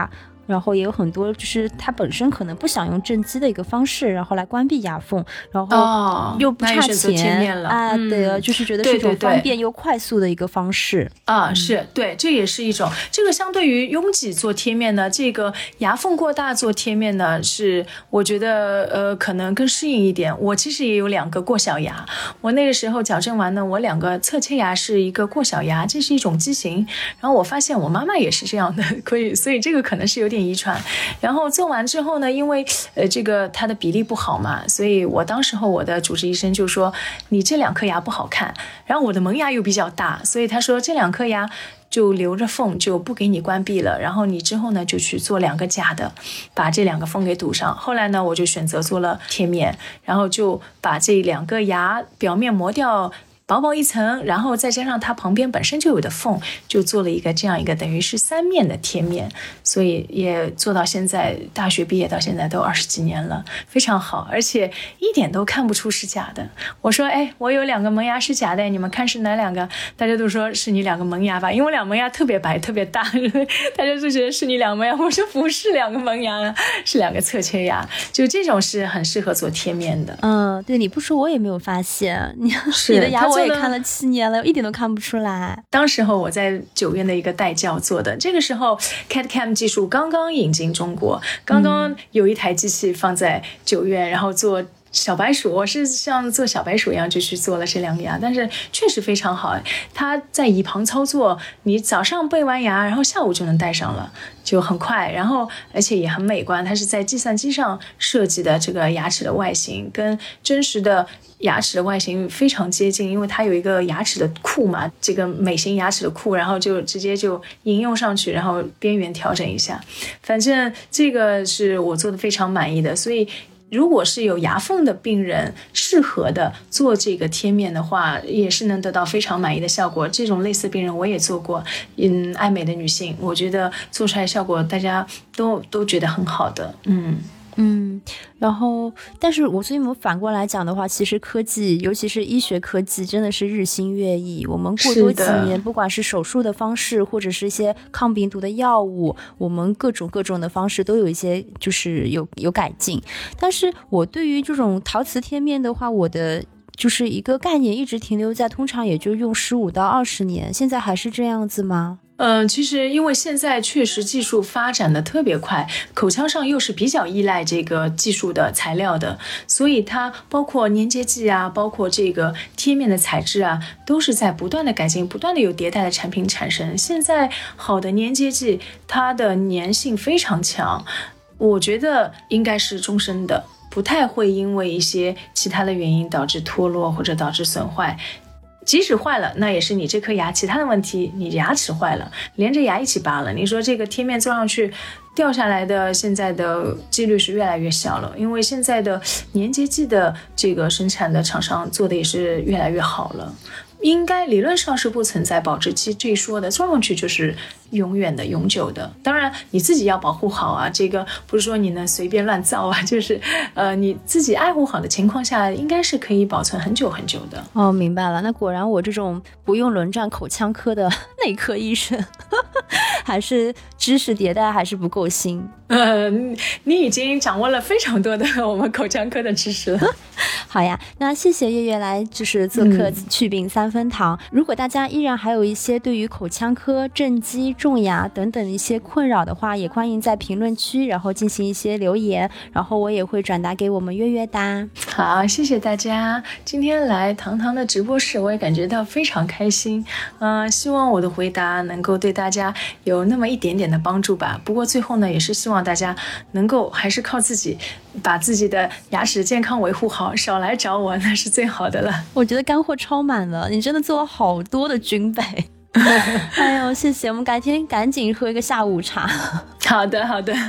然后也有很多就是他本身可能不想用正畸的一个方式，然后来关闭牙缝，然后又不差钱啊，对，就是觉得是一种方便又快速的一个方式啊，是对，这也是一种。这个相对于拥挤做贴面呢，这个牙缝过大做贴面呢，是我觉得可能更适应一点。我其实也有2个过小牙，我那个时候矫正完呢，我2个侧切牙是一个过小牙，这是一种畸形。然后我发现我妈妈也是这样的，所以这个可能是有点遗传。然后做完之后呢，因为这个它的比例不好嘛，所以我当时候我的主治医生就说你这2颗牙不好看，然后我的门牙又比较大，所以他说这2颗牙就留着缝，就不给你关闭了，然后你之后呢就去做2个假的，把这2个缝给堵上。后来呢我就选择做了贴面，然后就把这2个牙表面磨掉薄薄一层，然后再加上它旁边本身就有的缝，就做了一个这样一个等于是3面的贴面，所以也做到现在，大学毕业到现在都20几年了，非常好，而且一点都看不出是假的。我说我有2个门牙是假的，你们看是哪2个？大家都说是你2个门牙吧，因为我2门牙特别白特别大，大家就觉得是你2个门牙。我说不是2个门牙，是2个侧切牙，就这种是很适合做贴面的。 对，你不说我也没有发现，你的牙我也看了7年了，一点都看不出来。 当时候我在9院的一个代教做的，这个时候 CAD/CAM 技术刚刚引进中国，刚刚有一台机器放在9院，然后做小白鼠，我是像做小白鼠一样就去做了这2个牙，但是确实非常好。它在椅旁操作，你早上备完牙，然后下午就能戴上了，就很快，然后而且也很美观。它是在计算机上设计的，这个牙齿的外形跟真实的牙齿的外形非常接近，因为它有一个牙齿的库嘛，这个美型牙齿的库，然后就直接就应用上去，然后边缘调整一下，反正这个是我做的非常满意的。所以如果是有牙缝的病人适合的做这个贴面的话，也是能得到非常满意的效果。这种类似病人我也做过，爱美的女性，我觉得做出来效果大家都觉得很好的。 然后但是所以我们反过来讲的话，其实科技尤其是医学科技真的是日新月异，我们过多几年不管是手术的方式或者是一些抗病毒的药物，我们各种的方式都有一些就是有改进。但是我对于这种陶瓷贴面的话，我的就是一个概念一直停留在通常也就用15到20年，现在还是这样子吗？ 其实因为现在确实技术发展的特别快，口腔上又是比较依赖这个技术的材料的，所以它包括粘接剂啊，包括这个贴面的材质啊，都是在不断的改进，不断的有迭代的产品产生。现在好的粘接剂，它的粘性非常强，我觉得应该是终身的，不太会因为一些其他的原因导致脱落或者导致损坏。即使坏了，那也是你这颗牙其他的问题，你牙齿坏了，连着牙一起拔了。你说这个贴面做上去掉下来的，现在的几率是越来越小了，因为现在的粘接剂的这个生产的厂商做的也是越来越好了。应该理论上是不存在保质期这一说的，做上去就是永远的永久的。当然你自己要保护好啊，这个不是说你能随便乱造啊，就是你自己爱护好的情况下，应该是可以保存很久很久的。 明白了，那果然我这种不用轮转口腔科的内科医生还是知识迭代还是不够新。 你已经掌握了非常多的我们口腔科的知识了。 好呀，那谢谢月月来就是做客祛病3分堂。如果大家依然还有一些对于口腔科、正畸、种牙等等一些困扰的话，也欢迎在评论区然后进行一些留言，然后我也会转达给我们月月的。 好，谢谢大家今天来堂堂的直播室，我也感觉到非常开心。希望我的回答能够对大家有那么一点点的帮助吧。不过最后呢，也是希望大家能够还是靠自己把自己的牙齿健康维护好，少来找我，那是最好的了。 我觉得干货超满了，你真的做了好多的军备。哎呦，谢谢，我们改天赶紧喝一个下午茶。 好的好的。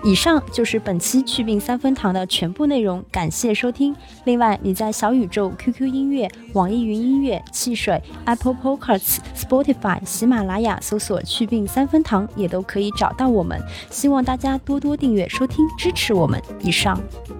以上就是本期祛病3分堂的全部内容，感谢收听。另外，你在小宇宙、QQ 音乐、网易云音乐、汽水、Apple Podcasts、Spotify、喜马拉雅搜索祛病3分堂也都可以找到我们。希望大家多多订阅收听，支持我们。以上。